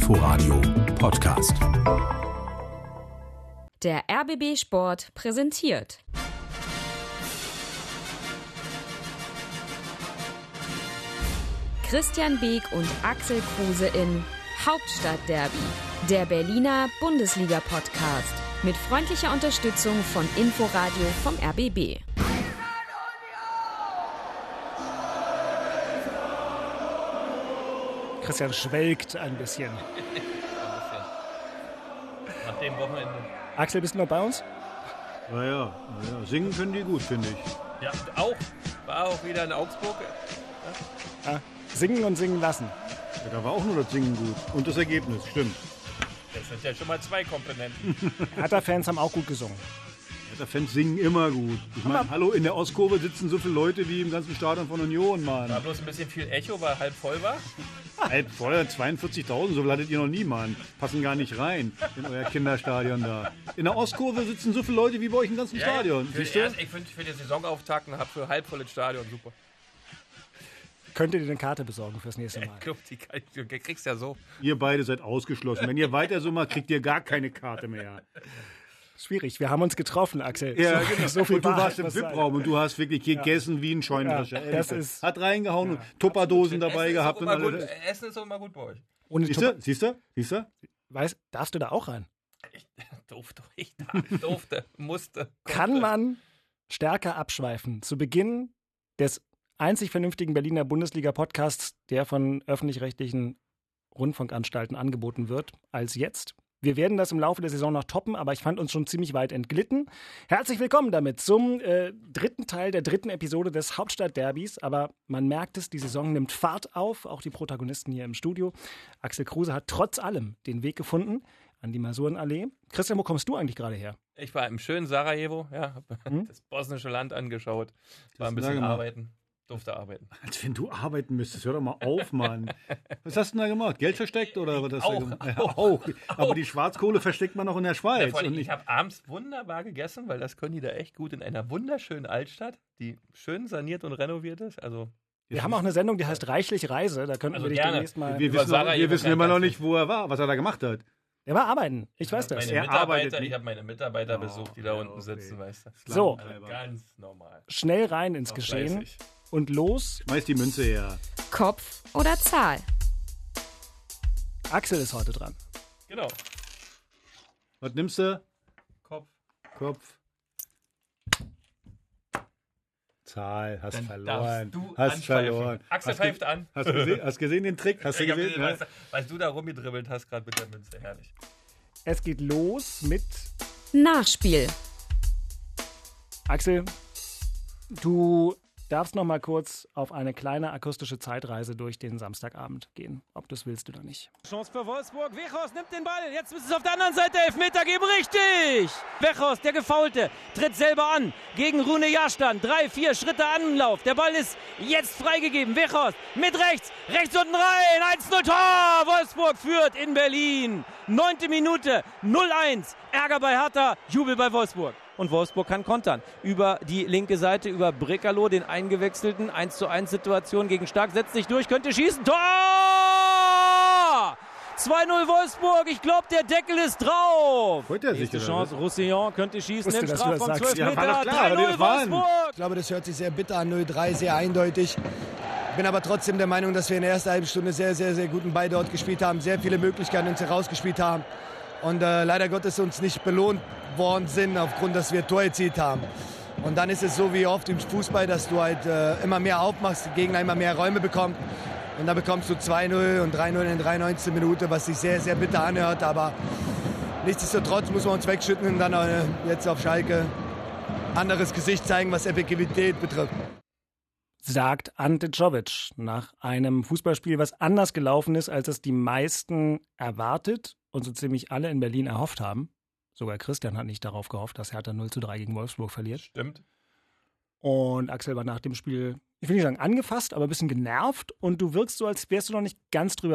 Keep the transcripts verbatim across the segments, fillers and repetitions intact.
Inforadio Podcast. Der R B B Sport präsentiert. Christian Beek und Axel Kruse in Hauptstadtderby, der Berliner Bundesliga-Podcast. Mit freundlicher Unterstützung von Inforadio vom R B B. Christian schwelgt ein bisschen. ein bisschen. Nach dem Wochenende. Axel, bist du noch bei uns? Naja, naja, singen können die gut, finde ich. Ja, auch. War auch wieder in Augsburg. Ja. Ja, singen und singen lassen. Ja, da war auch nur das Singen gut. Und das Ergebnis, stimmt. Das sind ja schon mal zwei Komponenten. Hertha-Fans haben auch gut gesungen. Hertha-Fans singen immer gut. Ich meine, hallo, in der Ostkurve sitzen so viele Leute wie im ganzen Stadion von Union, Mann. War bloß ein bisschen viel Echo, weil halb voll war. Halb voll, zweiundvierzigtausend, so viel hattet ihr noch nie, Mann. Passen gar nicht rein in euer Kinderstadion da. In der Ostkurve sitzen so viele Leute wie bei euch im ganzen Ja, Stadion. Für, Siehst du? erst, ich finde für den Saisonauftakt und habe für halb volles Stadion super. Könnt ihr dir eine Karte besorgen fürs nächste Mal? Ich glaube, die, kann ich- du kriegst ja so. Ihr beide seid ausgeschlossen. Wenn ihr weiter so macht, kriegt ihr gar keine Karte mehr. Schwierig, wir haben uns getroffen, Axel. Ja, so, genau. so viel und du Wahrheit warst im muss V I P-Raum und du hast wirklich gegessen wie ein Scheunendrescher. Ja, Ehrlich. das ist- Hat reingehauen und Tupperdosen dabei Essen gehabt. Ist Und auch immer gut, alles. Essen ist auch immer gut bei euch. Ohne Siehst Tup- du? Siehst du? Siehst du? Weiß, darfst du da auch rein? Ich durfte, ich darf, durfte, musste. Kann konnte. man stärker abschweifen zu Beginn des einzig vernünftigen Berliner Bundesliga-Podcasts, der von öffentlich-rechtlichen Rundfunkanstalten angeboten wird, als jetzt? Wir werden das im Laufe der Saison noch toppen, aber ich fand uns schon ziemlich weit entglitten. Herzlich willkommen damit zum äh, dritten Teil der dritten Episode des Hauptstadtderbys. Aber man merkt es, die Saison nimmt Fahrt auf, auch die Protagonisten hier im Studio. Axel Kruse hat trotz allem den Weg gefunden an die Masurenallee. Christian, wo kommst du eigentlich gerade her? Ich war im schönen Sarajevo, ja, habe Hm? das bosnische Land angeschaut, war hast ein du da bisschen gemacht? arbeiten, durfte arbeiten. Als wenn du arbeiten müsstest. Hör doch mal auf, Mann. Was hast du denn da gemacht? Geld versteckt oder was hast du Auch, da gemacht? Ja, auch. Aber die Schwarzkohle versteckt man noch in der Ja, Schweiz. vor allem, und ich nicht, habe abends wunderbar gegessen, weil das können die da echt gut in einer wunderschönen Altstadt, die schön saniert und renoviert ist. Also Wir haben auch eine Sendung, die heißt Reichlich Reise. Da könnten Also wir dich gerne. demnächst mal... wir, über wissen, noch, Sarajevo wir wissen kann immer ich noch ganz nicht, wo er war, was er da gemacht hat. Er war arbeiten. Ich weiß das. meine Er arbeitet Mitarbeiter, nicht. ich habe meine Mitarbeiter Oh, besucht, die da ja, unten okay. sitzen, weißt du. So, Also ganz normal. schnell rein ins Auch Geschehen fleißig. und los. Schmeiß die Münze her. Kopf oder Zahl? Axel ist heute dran. Genau. Was nimmst du? Kopf. Kopf. Zahl, hast Dann verloren. darfst du Hast anpfeifen. verloren. Axel hast pfeift ge- an. Hast du gesehen, hast gesehen den Trick? Hast du Ich hab, gesehen? weißt, du, weißt du da rumgedribbelt hast gerade mit der Münze, herrlich. Es geht los mit Nachspiel. Axel. Du darfst noch mal kurz auf eine kleine akustische Zeitreise durch den Samstagabend gehen, ob du es willst oder nicht. Chance für Wolfsburg. Wechhorst nimmt den Ball. Jetzt müsste es auf der anderen Seite Elfmeter geben. Richtig! Wechhorst, der Gefaulte, tritt selber an gegen Rune Jahrstein. Drei, vier Schritte Anlauf. Der Ball ist jetzt freigegeben. Wechhorst mit rechts. Rechts unten rein. eins null Tor. Wolfsburg führt in Berlin. Neunte Minute. null eins. Ärger bei Hertha. Jubel bei Wolfsburg. Und Wolfsburg kann kontern. Über die linke Seite, über Brekalo, den eingewechselten. eins zu eins Situation gegen Stark. Setzt sich durch, könnte schießen. Tor! zwei null Wolfsburg. Ich glaube, der Deckel ist drauf. Freut er sich, Nächste oder Chance. Roussillon könnte schießen Wusste, im dass du das Strafraum. sagst. zwölf Ja, Meter. war doch klar, drei aber null das war ein- Wolfsburg. Ich glaube, das hört sich sehr bitter an, null drei, sehr eindeutig. Bin aber trotzdem der Meinung, dass wir in der ersten halben Stunde sehr, sehr, sehr guten Ball dort gespielt haben, sehr viele Möglichkeiten uns herausgespielt haben und äh, leider Gottes uns nicht belohnt worden sind, aufgrund, dass wir Tor erzielt haben. Und dann ist es so wie oft im Fußball, dass du halt äh, immer mehr aufmachst, der Gegner immer mehr Räume bekommt und dann bekommst du zwei null und drei null in der dreiundneunzigsten Minute, was sich sehr, sehr bitter anhört, aber nichtsdestotrotz muss man uns wegschütten und dann äh, jetzt auf Schalke anderes Gesicht zeigen, was Effektivität betrifft. Sagt Ante Czovic nach einem Fußballspiel, was anders gelaufen ist, als es die meisten erwartet und so ziemlich alle in Berlin erhofft haben. Sogar Christian hat nicht darauf gehofft, dass Hertha null zu drei gegen Wolfsburg verliert. Stimmt. Und Axel war nach dem Spiel, ich will nicht sagen angefasst, aber ein bisschen genervt und du wirkst so, als wärst du noch nicht ganz drüber weg.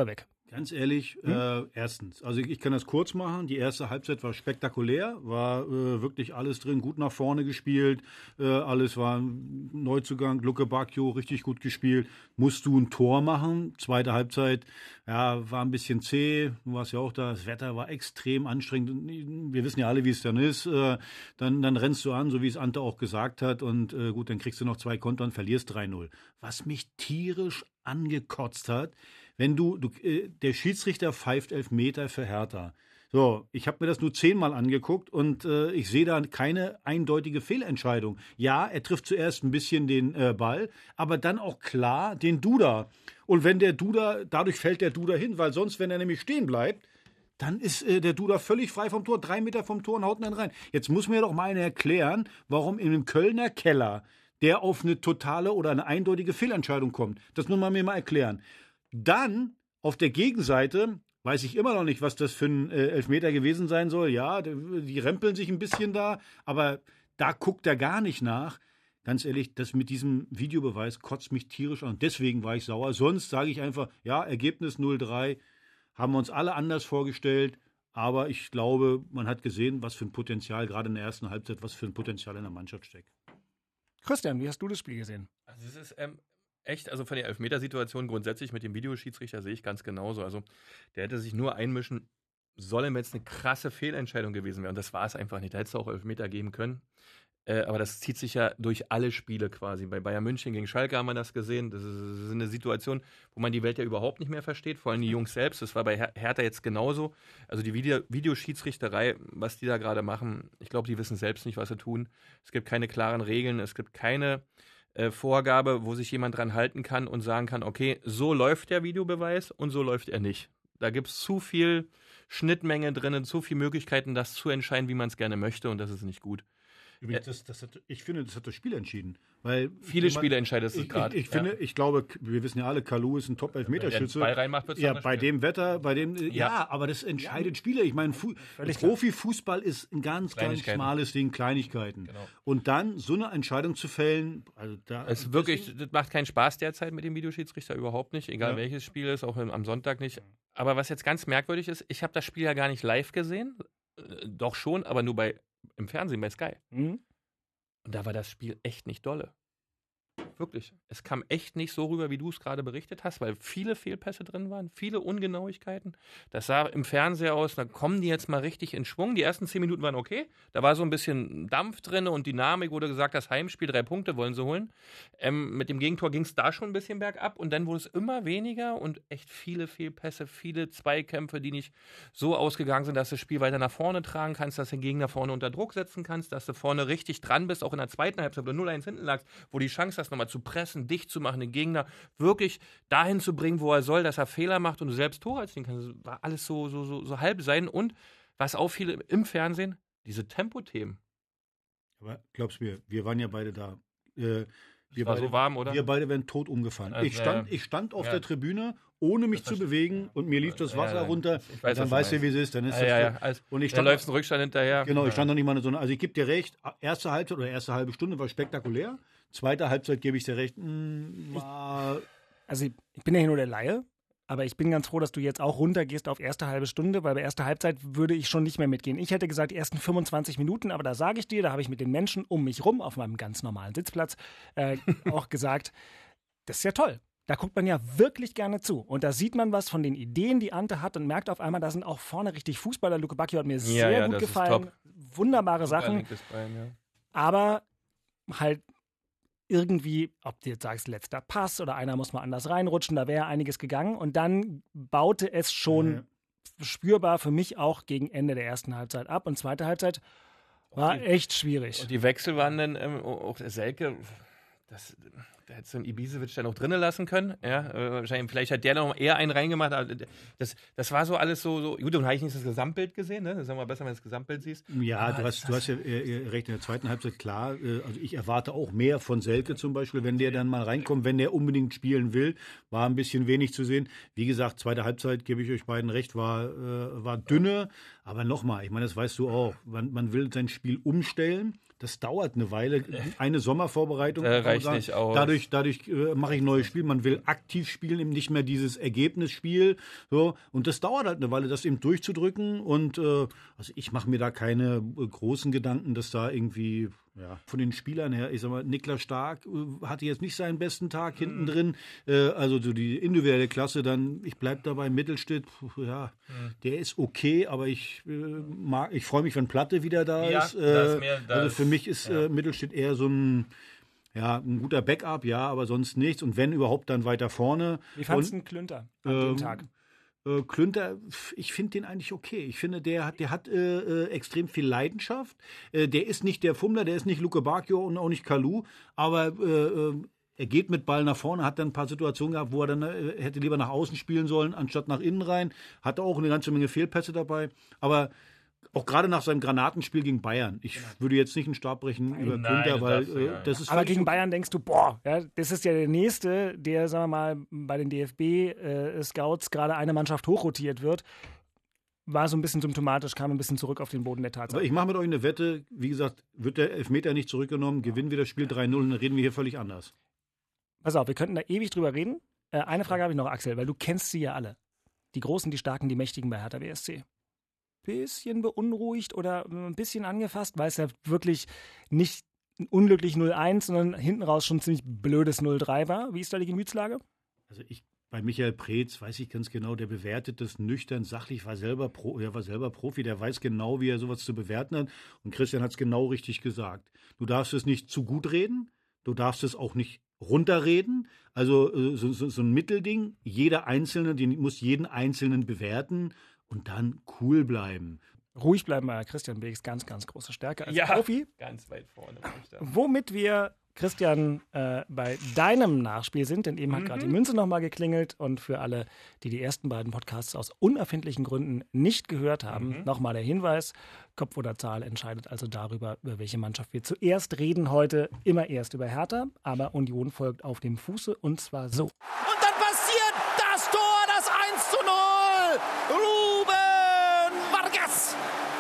Ganz ehrlich, hm? äh, erstens, also ich, ich kann das kurz machen. Die erste Halbzeit war spektakulär, war äh, wirklich alles drin, gut nach vorne gespielt, äh, alles war ein Neuzugang, Luke Bacchio, richtig gut gespielt. Musst du ein Tor machen. Zweite Halbzeit, ja, war ein bisschen zäh. Du warst ja auch da, das Wetter war extrem anstrengend. Wir wissen ja alle, wie es dann ist. Äh, dann, dann rennst du an, so wie es Ante auch gesagt hat. Und äh, gut, dann kriegst du noch zwei Konter und verlierst drei null. Was mich tierisch angekotzt hat, wenn du, du äh, der Schiedsrichter pfeift Elfmeter für Hertha. So, ich habe mir das nur zehnmal angeguckt und äh, ich sehe da keine eindeutige Fehlentscheidung. Ja, er trifft zuerst ein bisschen den äh, Ball, aber dann auch klar den Duda. Und wenn der Duda, dadurch fällt der Duda hin, weil sonst, wenn er nämlich stehen bleibt, dann ist äh, der Duda völlig frei vom Tor, drei Meter vom Tor und haut ihn dann rein. Jetzt muss mir doch mal einer erklären, warum in einem Kölner Keller der auf eine totale oder eine eindeutige Fehlentscheidung kommt. Das muss man mir mal erklären. Dann auf der Gegenseite weiß ich immer noch nicht, was das für ein äh, Elfmeter gewesen sein soll. Ja, die, die rempeln sich ein bisschen da, aber da guckt er gar nicht nach. Ganz ehrlich, das mit diesem Videobeweis kotzt mich tierisch an. Deswegen war ich sauer. Sonst sage ich einfach, ja, Ergebnis null drei, haben wir uns alle anders vorgestellt. Aber ich glaube, man hat gesehen, was für ein Potenzial, gerade in der ersten Halbzeit, was für ein Potenzial in der Mannschaft steckt. Christian, wie hast du das Spiel gesehen? Also es ist ähm, echt, also von der Elfmetersituation grundsätzlich mit dem Videoschiedsrichter sehe ich ganz genauso. Also der hätte sich nur einmischen sollen, wenn es eine krasse Fehlentscheidung gewesen wäre. Und das war es einfach nicht. Da hätte es auch Elfmeter geben können. Äh, aber das zieht sich ja durch alle Spiele quasi. Bei Bayern München gegen Schalke haben wir das gesehen. Das ist, das ist eine Situation, wo man die Welt ja überhaupt nicht mehr versteht. Vor allem die Jungs selbst. Das war bei Her- Hertha jetzt genauso. Also die Video- Videoschiedsrichterei, was die da gerade machen, ich glaube, die wissen selbst nicht, was sie tun. Es gibt keine klaren Regeln. Es gibt keine äh, Vorgabe, wo sich jemand dran halten kann und sagen kann, okay, so läuft der Videobeweis und so läuft er nicht. Da gibt es zu viel Schnittmenge drin, zu viele Möglichkeiten, das zu entscheiden, wie man es gerne möchte. Und das ist nicht gut. Übrigens, das, das hat, ich finde, das hat das Spiel entschieden. Weil Viele ich, Spiele entscheidet es ich, gerade. Ich, ich, finde, ja. ich glaube, wir wissen ja alle, Kalu ist ein Top-Elfmeterschütze. Wenn der Ball reinmacht, wird's ja, dann bei Spiel. dem Wetter, bei dem, ja, Ja. aber das entscheidet Spiele. Ich meine, Fu- Profifußball ist ein ganz, ganz schmales Ding, Kleinigkeiten. Genau. Und dann so eine Entscheidung zu fällen, also da. Es ist wirklich, das macht keinen Spaß derzeit mit dem Videoschiedsrichter überhaupt nicht, egal Ja. welches Spiel ist, auch am Sonntag nicht. Aber was jetzt ganz merkwürdig ist, ich habe das Spiel ja gar nicht live gesehen, äh, doch schon, aber nur bei im Fernsehen bei Sky. Mhm. Und da war das Spiel echt nicht dolle. Wirklich. Es kam echt nicht so rüber, wie du es gerade berichtet hast, weil viele Fehlpässe drin waren, viele Ungenauigkeiten. Das sah im Fernseher aus, da kommen die jetzt mal richtig in Schwung. Die ersten zehn Minuten waren okay. Da war so ein bisschen Dampf drin und Dynamik, wurde gesagt, das Heimspiel, drei Punkte wollen sie holen. Ähm, mit dem Gegentor ging es da schon ein bisschen bergab und dann wurde es immer weniger und echt viele Fehlpässe, viele Zweikämpfe, die nicht so ausgegangen sind, dass du das Spiel weiter nach vorne tragen kannst, dass du den Gegner vorne unter Druck setzen kannst, dass du vorne richtig dran bist, auch in der zweiten Halbzeit, wo du null eins hinten lagst, wo die Chance hast, nochmal zu pressen, dicht zu machen, den Gegner wirklich dahin zu bringen, wo er soll, dass er Fehler macht und du selbst Tore erzielen kannst. Das war alles so, so, so, so halb sein. Und was auffiel im Fernsehen, diese Tempothemen. Aber glaub's mir, wir waren ja beide da. Äh, wir war beide, so warm, oder? Wir beide wären tot umgefallen. Also, ich, stand, ja. ich stand auf Ja. der Tribüne, ohne mich Das zu bewegen und mir lief das Wasser Ja, ja. runter. Ich weiß, dann was du weißt du, meinst. wie es ist. Dann ist Ja, das ja, so. ja. Also, Und ich dann stand, läufst du einen Rückstand hinterher. genau, ich Ja. stand noch nicht mal in so einer. Also ich gebe dir recht, erste Halbzeit oder erste halbe Stunde war spektakulär. Zweite Halbzeit gebe ich dir recht. Mh, war Also ich, ich bin ja hier nur der Laie, aber ich bin ganz froh, dass du jetzt auch runtergehst auf erste halbe Stunde, weil bei erster Halbzeit würde ich schon nicht mehr mitgehen. Ich hätte gesagt, die ersten fünfundzwanzig Minuten, aber da sage ich dir, da habe ich mit den Menschen um mich rum auf meinem ganz normalen Sitzplatz äh, auch gesagt, das ist ja toll. Da guckt man ja wirklich gerne zu. Und da sieht man was von den Ideen, die Ante hat und merkt auf einmal, da sind auch vorne richtig Fußballer. Luke Bacchio hat mir sehr ja, gut das ist gefallen. top. Wunderbare Super Sachen. linkes Bein, ja. Aber halt irgendwie, ob du jetzt sagst, letzter Pass oder einer muss mal anders reinrutschen, da wäre einiges gegangen. Und dann baute es schon Ja. spürbar für mich auch gegen Ende der ersten Halbzeit ab. Und zweite Halbzeit war echt schwierig. Und die Wechsel waren dann ähm, auch der Selke, das, da hättest du einen Ibisevic dann noch drinnen lassen können. Ja, äh, wahrscheinlich, vielleicht hat der noch eher einen reingemacht. Aber das, das war so alles so, so gut, und habe ich nicht das Gesamtbild gesehen, ne? Das ist immer besser, wenn du das Gesamtbild siehst. Ja, Ah, du hast, du hast ja äh, recht, in der zweiten Halbzeit, klar. Äh, also ich erwarte auch mehr von Selke zum Beispiel, wenn der dann mal reinkommt, wenn der unbedingt spielen will. War ein bisschen wenig zu sehen. Wie gesagt, zweite Halbzeit, gebe ich euch beiden recht, war, äh, war dünne. Aber nochmal, ich meine, das weißt du auch. Man, man will sein Spiel umstellen. das dauert eine Weile. Eine Sommervorbereitung äh, reicht sagen, nicht aus. Dadurch, dadurch äh, mache ich ein neues Spiel. Man will aktiv spielen, eben nicht mehr dieses Ergebnisspiel. So. Und das dauert halt eine Weile, das eben durchzudrücken. Und äh, also ich mache mir da keine äh, großen Gedanken, dass da irgendwie ja, von den Spielern her, ich sag mal, Niklas Stark äh, hatte jetzt nicht seinen besten Tag mhm. hinten drin. Äh, also so die individuelle Klasse, dann, ich bleibe dabei, Mittelstädt, ja, mhm. der ist okay, aber ich äh, mag, ich freue mich, wenn Platte wieder da ja, ist. Äh, das mehr, das also für mich ist ja. äh, Mittelstädt eher so ein, ja, ein guter Backup, ja, aber sonst nichts. Und wenn überhaupt, dann weiter vorne. Wie fandest du den Klünter an ähm, dem Tag? Äh, Klünter, ich finde den eigentlich okay. Ich finde, der hat, der hat äh, äh, extrem viel Leidenschaft. Äh, der ist nicht der Fummler, der ist nicht Luke Bacchio und auch nicht Kalou, aber äh, er geht mit Ball nach vorne, hat dann ein paar Situationen gehabt, wo er dann äh, hätte lieber nach außen spielen sollen, anstatt nach innen rein. Hat auch eine ganze Menge Fehlpässe dabei. Aber auch gerade nach seinem Granatenspiel gegen Bayern. Ich würde jetzt nicht einen Stab brechen Nein, über Klünter, weil das, äh, ja. das ist Aber gegen Bayern denkst du, boah, ja, das ist ja der Nächste, der, sagen wir mal, bei den D F B-Scouts äh, gerade eine Mannschaft hochrotiert wird. War so ein bisschen symptomatisch, kam ein bisschen zurück auf den Boden der Tatsache. Aber ich mache mit euch eine Wette, wie gesagt, wird der Elfmeter nicht zurückgenommen, gewinnen wir das Spiel drei null und dann reden wir hier völlig anders. Pass auf, wir könnten da ewig drüber reden. Äh, eine Frage habe ich noch, Axel, weil du kennst sie ja alle. Die Großen, die Starken, die Mächtigen bei Hertha B S C. Bisschen beunruhigt oder ein bisschen angefasst, weil es ja wirklich nicht unglücklich null eins, sondern hinten raus schon ziemlich blödes null drei war. Wie ist da die Gemütslage? Also ich, bei Michael Preetz weiß ich ganz genau, der bewertet das nüchtern, sachlich, war selber, Pro, er war selber Profi, der weiß genau, wie er sowas zu bewerten hat. Und Christian hat es genau richtig gesagt. Du darfst es nicht zu gut reden, du darfst es auch nicht runterreden. Also so, so, so ein Mittelding. Jeder Einzelne, den muss jeden Einzelnen bewerten. Und dann cool bleiben. Ruhig bleiben bei Christian Beeks, ganz, ganz große Stärke als ja, Profi. Ganz weit vorne. Womit wir, Christian, äh, bei deinem Nachspiel sind, denn eben hat mhm. gerade die Münze nochmal geklingelt und für alle, die die ersten beiden Podcasts aus unerfindlichen Gründen nicht gehört haben, mhm. nochmal der Hinweis, Kopf oder Zahl entscheidet also darüber, über welche Mannschaft wir zuerst reden heute. Immer erst über Hertha, aber Union folgt auf dem Fuße und zwar so. Und dann passiert das Tor, das eins zu null! Ruben Vargas,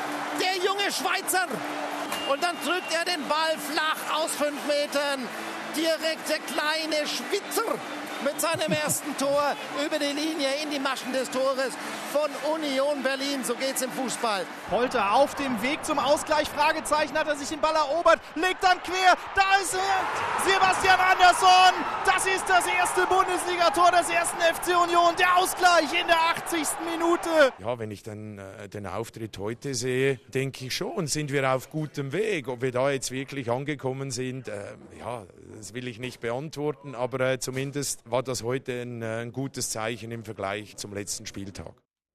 der junge Schweizer. Und dann drückt er den Ball flach aus fünf Metern. Direkt der kleine Schwitzer mit seinem ersten Tor über die Linie in die Maschen des Tores von Union Berlin. So geht's im Fußball. Polter auf dem Weg zum Ausgleich. Fragezeichen, hat er sich den Ball erobert. Legt dann quer. Da ist er. Sebastian Andersson. Das ist das erste Bundesligator des ersten F C Union. Der Ausgleich in der achtzigsten Minute. Ja, wenn ich dann äh, den Auftritt heute sehe, denke ich schon, sind wir auf gutem Weg. Ob wir da jetzt wirklich angekommen sind, äh, ja, das will ich nicht beantworten. Aber äh, zumindest war das heute ein, ein gutes Zeichen im Vergleich zum letzten Spieltag.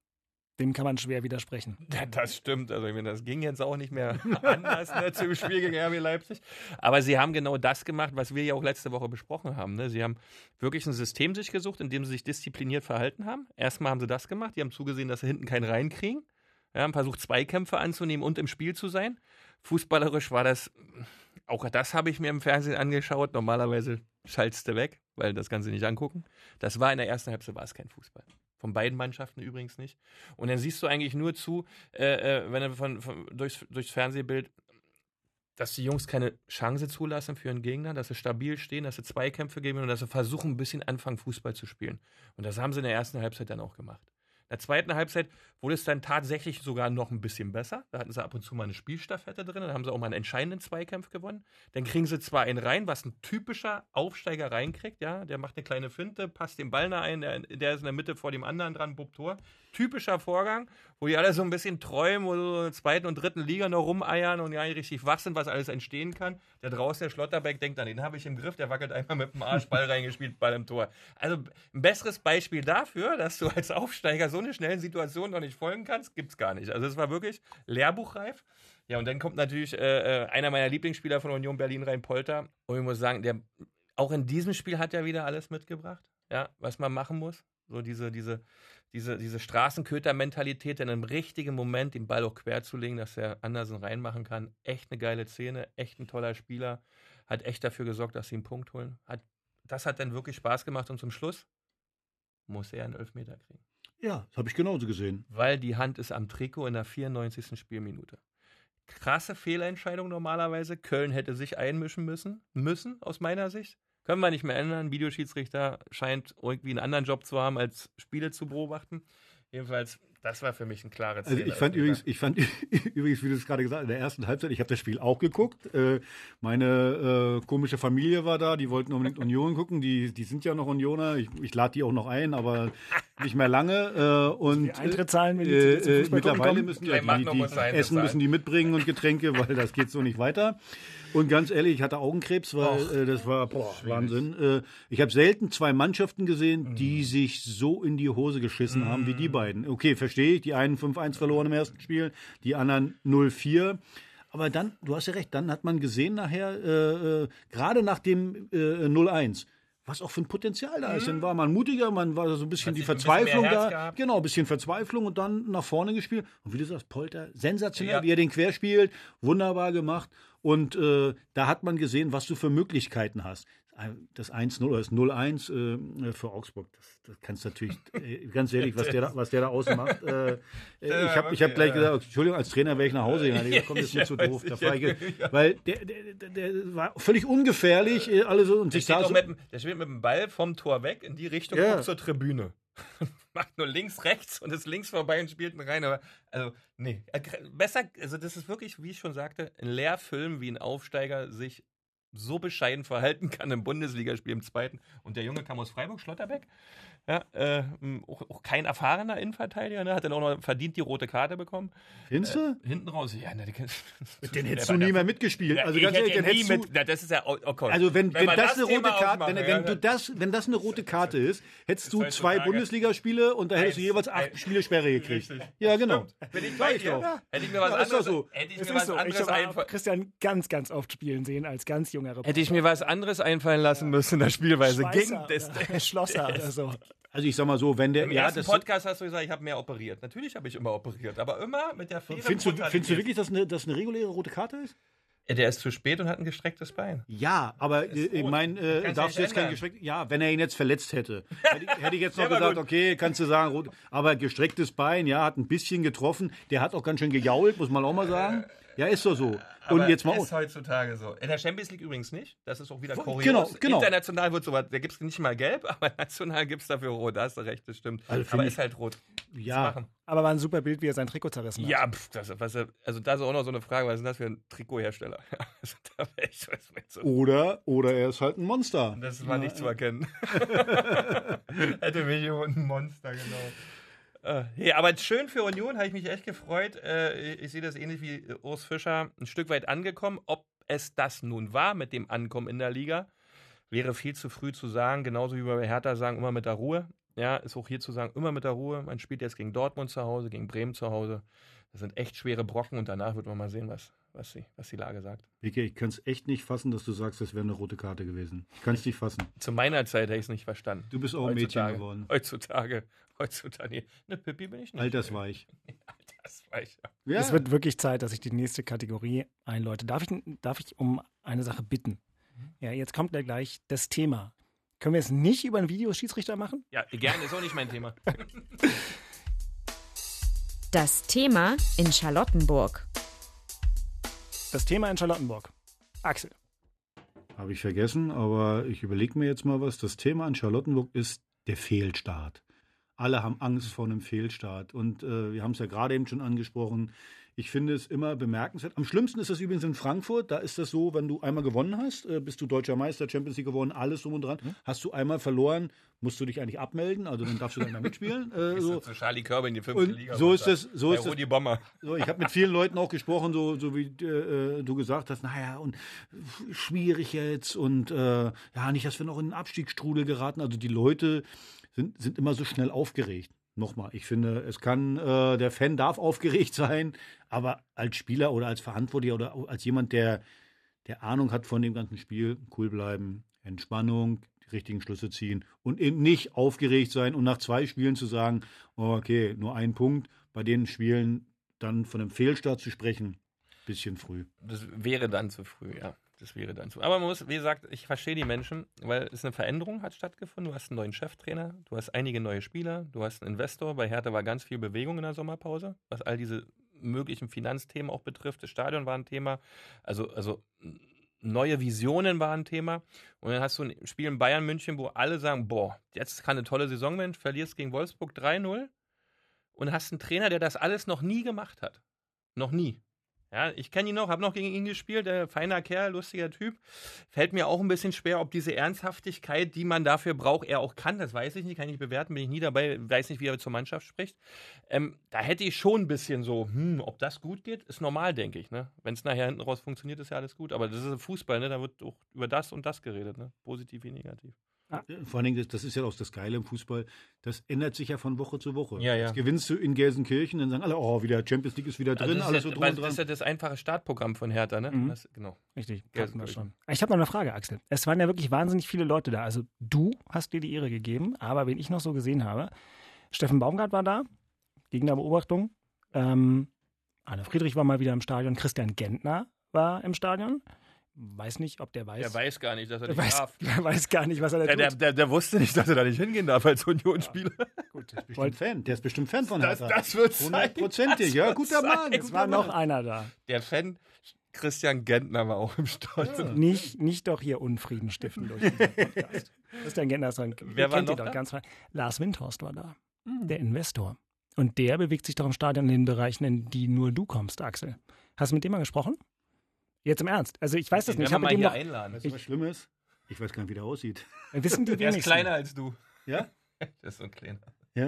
Dem kann man schwer widersprechen. Ja, das stimmt. Also ich meine, das ging jetzt auch nicht mehr anders ne, zum Spiel gegen R B Leipzig. Aber sie haben genau das gemacht, was wir ja auch letzte Woche besprochen haben. Ne? Sie haben wirklich ein System sich gesucht, in dem sie sich diszipliniert verhalten haben. Erstmal haben sie das gemacht. Die haben zugesehen, dass sie hinten keinen reinkriegen. Ja, haben versucht, Zweikämpfe anzunehmen und im Spiel zu sein. Fußballerisch war das, auch das habe ich mir im Fernsehen angeschaut. Normalerweise schaltest du weg, weil das kannst du nicht angucken. Das war in der ersten Halbzeit, war es kein Fußball. Von beiden Mannschaften übrigens nicht. Und dann siehst du eigentlich nur zu, äh, äh, wenn du von, von, durchs, durchs Fernsehbild, dass die Jungs keine Chance zulassen für einen Gegner, dass sie stabil stehen, dass sie Zweikämpfe geben und dass sie versuchen, ein bisschen anfangen, Fußball zu spielen. Und das haben sie in der ersten Halbzeit dann auch gemacht. In der zweiten Halbzeit wurde es dann tatsächlich sogar noch ein bisschen besser. Da hatten sie ab und zu mal eine Spielstaffette drin. Dann haben sie auch mal einen entscheidenden Zweikampf gewonnen. Dann kriegen sie zwar einen rein, was ein typischer Aufsteiger reinkriegt. Ja? Der macht eine kleine Finte, passt den Ball nach ein, der, der ist in der Mitte vor dem anderen dran, Bub Tor. Typischer Vorgang, wo die alle so ein bisschen träumen, wo so in der zweiten und dritten Liga noch rumeiern und ja nicht richtig wach sind, was alles entstehen kann. Der draußen, der Schlotterbeck, denkt an, den habe ich im Griff, der wackelt einmal mit dem Arsch, Ball reingespielt, Ball im Tor. Also ein besseres Beispiel dafür, dass du als Aufsteiger so eine schnelle Situation noch nicht folgen kannst, gibt's gar nicht. Also es war wirklich lehrbuchreif. Ja, und dann kommt natürlich äh, einer meiner Lieblingsspieler von Union Berlin rein, Polter. Und ich muss sagen, der auch in diesem Spiel hat er wieder alles mitgebracht, ja, was man machen muss. So diese, diese, diese, diese Straßenköter-Mentalität, in einem richtigen Moment den Ball auch quer zu legen, dass der Andersen reinmachen kann. Echt eine geile Szene, echt ein toller Spieler. Hat echt dafür gesorgt, dass sie einen Punkt holen. Hat, das hat dann wirklich Spaß gemacht und zum Schluss muss er einen Elfmeter kriegen. Ja, das habe ich genauso gesehen. Weil die Hand ist am Trikot in der vierundneunzigsten Spielminute. krasse Fehlentscheidung normalerweise. Köln hätte sich einmischen müssen, müssen aus meiner Sicht. Können wir nicht mehr ändern. Videoschiedsrichter scheint irgendwie einen anderen Job zu haben, als Spiele zu beobachten. Jedenfalls, das war für mich ein klares Ziel. Also ich fand übrigens, ich fand übrigens, wie du es gerade gesagt hast, in der ersten Halbzeit, ich habe das Spiel auch geguckt. Äh, meine äh, komische Familie war da, die wollten unbedingt Union gucken. Die, die sind ja noch Unioner. Ich, ich lade die auch noch ein, aber nicht mehr lange. Äh, und die Eintritt zahlen, wenn die äh, zum äh, mittlerweile müssen ja, die, die sein, Essen müssen die mitbringen und Getränke, weil das geht so nicht weiter. Und ganz ehrlich, ich hatte Augenkrebs, weil Och, äh, das war boah, Wahnsinn. Äh, ich habe selten zwei Mannschaften gesehen, mm. die sich so in die Hose geschissen mm. haben wie die beiden. Okay, verstehe ich, die einen fünf eins verloren im ersten Spiel, die anderen null vier. Aber dann, du hast ja recht, dann hat man gesehen nachher, äh, äh, gerade nach dem äh, null eins, was auch für ein Potenzial da ist. Dann war man mutiger, man war so ein bisschen Hat die sich ein Verzweiflung bisschen mehr Herz da. gehabt. Genau, ein bisschen Verzweiflung und dann nach vorne gespielt. Und wie du sagst, Polter, sensationell, Ja. wie er den quer spielt, wunderbar gemacht. Und äh, da hat man gesehen, was du für Möglichkeiten hast. Das eins null oder das null eins äh, für Augsburg, das, das kannst du natürlich, äh, ganz ehrlich, was der da, was der da außen macht. Äh, ich habe ich hab gleich gesagt, Entschuldigung, als Trainer wäre ich nach Hause gegangen. Ich komm, das ist mir zu doof. Da ich, weil der, der, der, der war völlig ungefährlich, äh, alle so. Und Der sich steht, da doch so, mit, dem- der steht mit dem Ball vom Tor weg in die Richtung, Ja. guckt zur Tribüne. Macht nur links, rechts und ist links vorbei und spielt ihn rein. Aber, also, nee. Besser, also das ist wirklich, wie ich schon sagte, ein Lehrfilm, wie ein Aufsteiger sich so bescheiden verhalten kann im Bundesligaspiel im zweiten. Und der Junge kam aus Freiburg, Schlotterbeck. Ja, äh, auch, auch kein erfahrener Innenverteidiger, ne? Hat dann auch noch verdient die rote Karte bekommen. Findest du? Äh, hinten raus, ja, ne, Mit den hättest du nie mehr mitgespielt. Ja, Also ich ganz ehrlich, hätte dann nie hättest du, mit, na, das ist ja, oh, oh Gott. also wenn, wenn, wir das eine rote Thema Karte, aufmachen, wenn, ja, wenn du das, wenn das eine rote Karte ist, hättest du heutzutage- zwei Bundesligaspiele und da hättest du Eins- jeweils acht ein- Spiele Sperre gekriegt. Richtig. Ja, genau. Bin ich Sag bei ich dir? doch. Hätte ich mir was Ja, ist doch anderes, so. hätte ich Es mir ist was so, ich anderes habe einfallen Christian ganz, ganz oft spielen sehen als ganz junger Reporter. Hätte ich mir was anderes einfallen lassen müssen in der Spielweise. Schweißer Ging das, oder Schlosser oder so. Also ich sag mal so, wenn der, Im ja, ersten das, Podcast hast du gesagt, ich habe mehr operiert. Natürlich habe ich immer operiert, aber immer mit der Fehler. findest du, findest du wirklich, dass eine, dass eine reguläre rote Karte ist? Der ist zu spät und hat ein gestrecktes Bein. Ja, aber äh, ich meine, äh, Kannst darfst du du nicht jetzt kein ändern. gestreckt, ja, wenn er ihn jetzt verletzt hätte, hätte, ich- hätte ich jetzt noch Ja, aber gesagt, gut. okay, kannst du sagen, rot, aber gestrecktes Bein, ja, hat ein bisschen getroffen, der hat auch ganz schön gejault, muss man auch mal sagen. Ja, ist doch so. Und Aber jetzt mal ist heutzutage so. In der Champions League übrigens nicht. Das ist auch wieder kurios. Genau, genau. International wird sowas, da gibt es nicht mal gelb, aber national gibt es dafür rot. Da hast du recht, das stimmt. Also aber find ist halt rot. Ja. machen. Aber war ein super Bild, wie er sein Trikot zerrissen hat. Ja, pf, das, was, also da ist auch noch so eine Frage, was ist denn das für ein Trikothersteller? Also, da wär ich, weiß nicht so. Oder, oder er ist halt ein Monster. Das war nicht zu erkennen. Hätte mich hier ein Monster, genau. Äh, ja, aber schön für Union, habe ich mich echt gefreut. Äh, ich sehe das ähnlich wie Urs Fischer, ein Stück weit angekommen. Ob es das nun war mit dem Ankommen in der Liga, wäre viel zu früh zu sagen. Genauso wie wir bei Hertha sagen, immer mit der Ruhe. Ja, ist auch hier zu sagen, immer mit der Ruhe. Man spielt jetzt gegen Dortmund zu Hause, gegen Bremen zu Hause. Das sind echt schwere Brocken und danach wird man mal sehen, was, was, die, was die Lage sagt. Vicky, ich kann es echt nicht fassen, dass du sagst, das wäre eine rote Karte gewesen. Ich kann es nicht fassen. Zu meiner Zeit hätte ich es nicht verstanden. Du bist auch ein Mädchen Heutzutage. geworden. Heutzutage, heutzutage, nee, eine Pippi bin ich nicht. Altersweich. Altersweich, ja. Ja. Es wird wirklich Zeit, dass ich die nächste Kategorie einläute. Darf ich, darf ich um eine Sache bitten? Ja, jetzt kommt ja gleich das Thema. Können wir es nicht über einen Videoschiedsrichter machen? Ja, gerne, ist auch nicht mein Thema. Das Thema in Charlottenburg. Das Thema in Charlottenburg. Axel. Habe ich vergessen, aber ich überlege mir jetzt mal was. Das Thema an Charlottenburg ist der Fehlstart. Alle haben Angst vor einem Fehlstart. Und äh, wir haben es ja gerade eben schon angesprochen. Ich finde es immer bemerkenswert. Am schlimmsten ist das übrigens in Frankfurt. Da ist das so, wenn du einmal gewonnen hast, äh, bist du Deutscher Meister, Champions League gewonnen, alles drum und dran. Hm? Hast du einmal verloren, musst du dich eigentlich abmelden. Also dann darfst du dann mal mitspielen. Äh, so. Zu Charlie Körber in die fünfte Und Liga. so ist das. So Bei ist das. Rudi Bommer. So, ich habe mit vielen Leuten auch gesprochen, so, so wie äh, du gesagt hast, naja, und schwierig jetzt und äh, ja, nicht, dass wir noch in einen Abstiegsstrudel geraten. Also die Leute sind, sind immer so schnell aufgeregt. Nochmal, ich finde, es kann, äh, der Fan darf aufgeregt sein, aber als Spieler oder als Verantwortlicher oder als jemand, der, der Ahnung hat von dem ganzen Spiel, cool bleiben, Entspannung, die richtigen Schlüsse ziehen und eben nicht aufgeregt sein und nach zwei Spielen zu sagen, oh, okay, nur ein Punkt, bei den Spielen dann von einem Fehlstart zu sprechen, bisschen früh. Das wäre dann zu früh, ja. Das wäre dann zu. Aber man muss, wie gesagt, ich verstehe die Menschen, weil es eine Veränderung hat stattgefunden. Du hast einen neuen Cheftrainer, du hast einige neue Spieler, du hast einen Investor. Bei Hertha war ganz viel Bewegung in der Sommerpause, was all diese möglichen Finanzthemen auch betrifft. Das Stadion war ein Thema. Also, also neue Visionen waren ein Thema. Und dann hast du ein Spiel in Bayern München, wo alle sagen, boah, jetzt kann eine tolle Saison werden, verlierst gegen Wolfsburg drei null und hast einen Trainer, der das alles noch nie gemacht hat. Noch nie. Ja, ich kenne ihn noch, habe noch gegen ihn gespielt, der feiner Kerl, lustiger Typ. Fällt mir auch ein bisschen schwer, ob diese Ernsthaftigkeit, die man dafür braucht, er auch kann, das weiß ich nicht, kann ich nicht bewerten, bin ich nie dabei, weiß nicht, wie er zur Mannschaft spricht. Ähm, da hätte ich schon ein bisschen so, hm, ob das gut geht, ist normal, denke ich. Ne? Wenn es nachher hinten raus funktioniert, ist ja alles gut. Aber das ist Fußball, ne? Da wird auch über das und das geredet, ne? Positiv wie negativ. Ah. Vor allen Dingen, das, das ist ja auch das Geile im Fußball, das ändert sich ja von Woche zu Woche. Ja, ja. Jetzt gewinnst du in Gelsenkirchen, dann sagen alle, oh, wieder Champions League ist wieder drin, also alles ja, so drum weil, und dran. Das ist ja das einfache Startprogramm von Hertha, ne? Mhm. Das, genau. Richtig, Gelsenkirchen. wir schon. Ich habe noch eine Frage, Axel. Es waren ja wirklich wahnsinnig viele Leute da. Also du hast dir die Ehre gegeben, aber wen ich noch so gesehen habe, Steffen Baumgart war da, Gegnerbeobachtung. Ähm, Arne Friedrich war mal wieder im Stadion, Christian Gentner war im Stadion. Weiß nicht, ob der weiß. Der weiß gar nicht, dass er der nicht weiß, darf. Der weiß gar nicht, was er da Der, tut. der, der wusste nicht, dass er da nicht hingehen darf als Unionsspieler. Ja, gut, Der ist bestimmt Fan, der ist bestimmt Fan von Das, Hertha. das wird sein. Hundertprozentig, ja, guter Mann. Es war noch einer da. Der Fan Christian Gentner war auch im Stadion. Ja. Nicht, nicht doch hier Unfrieden stiften durch diesen Podcast. Christian Gentner ist ein, Wer war kennt ihr noch doch da? ganz frei. Lars Windhorst war da, der Investor. Und der bewegt sich doch im Stadion in den Bereichen, in die nur du kommst, Axel. Hast du mit dem mal gesprochen? Jetzt im Ernst. Also ich weiß das Den nicht. Ich werden habe wir mit mal dem hier noch, einladen. Weißt du, was schlimm ist? Ich weiß gar nicht, wie der aussieht. wissen die Der ist wenigsten. kleiner als du. Ja? Der ist so ein kleiner. Ja?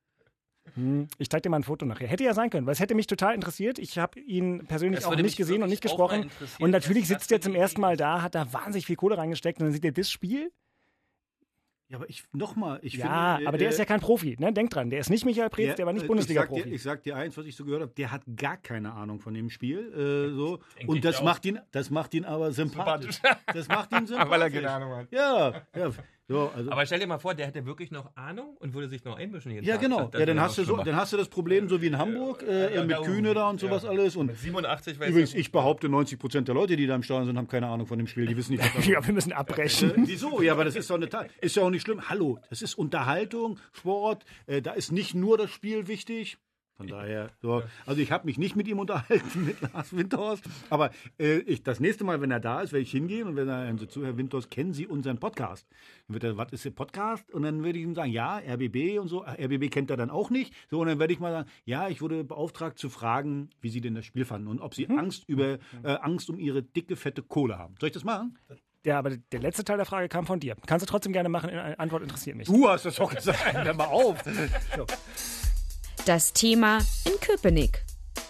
Hm, Ich zeige dir mal ein Foto nachher. Hätte ja sein können, weil es hätte mich total interessiert. Ich habe ihn persönlich Das auch würde nicht mich gesehen und nicht wirklich auch mal gesprochen. interessieren, Und natürlich was das sitzt er für zum die ersten Mal Idee da, hat da wahnsinnig viel Kohle reingesteckt und dann sieht er das Spiel. Ja, aber ich, nochmal, ich Ja, finde... aber der äh, ist ja kein Profi. Ne? Denk dran, der ist nicht Michael Preetz, der war nicht äh, Bundesliga-Profi. Ich sag, dir, ich sag dir eins, was ich so gehört habe, der hat gar keine Ahnung von dem Spiel. Äh, so. Denk Und ich das auch. macht, ihn, das macht ihn aber sympathisch. Das macht ihn sympathisch. Weil er keine Ahnung hat. Ja, ja. So, also, Aber stell dir mal vor, der hätte wirklich noch Ahnung und würde sich noch einmischen jeden ja, Tag. genau. Das- das Ja, dann, wäre hast du noch so, schlimmer. dann hast du das Problem, so wie in Hamburg, äh, Ja, mit da Kühne oben. da und sowas Ja. alles. Und Mit siebenundachtzig weiß übrigens, er- ich behaupte, neunzig Prozent der Leute, die da im Stadion sind, haben keine Ahnung von dem Spiel. Die wissen nicht, was da Ja, wir müssen abbrechen. Äh, wieso? Ja, aber das ist doch eine Tat. Ist ja auch nicht schlimm. Hallo, das ist Unterhaltung, Sport. Äh, da ist nicht nur das Spiel wichtig. Von daher, so. Also ich habe mich nicht mit ihm unterhalten, mit Lars Windhorst. Aber äh, ich, das nächste Mal, wenn er da ist, werde ich hingehen und wenn er so zu, Herr Windhorst, kennen Sie unseren Podcast? Dann wird er, was ist der Podcast? Und dann würde ich ihm sagen, ja, R B B und so. Ach, R B B kennt er dann auch nicht. So, und dann werde ich mal sagen, ja, ich wurde beauftragt zu fragen, wie Sie denn das Spiel fanden und ob Sie Mhm. Angst über äh, Angst um Ihre dicke, fette Kohle haben. Soll ich das machen? Ja, aber der letzte Teil der Frage kam von dir. Kannst du trotzdem gerne machen, eine Antwort interessiert mich. Du hast das doch gesagt. Hör mal auf. So. Das Thema in Köpenick.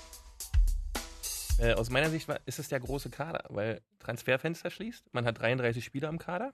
Äh, aus meiner Sicht war, ist es der große Kader, weil Transferfenster schließt. Man hat dreiunddreißig Spieler im Kader.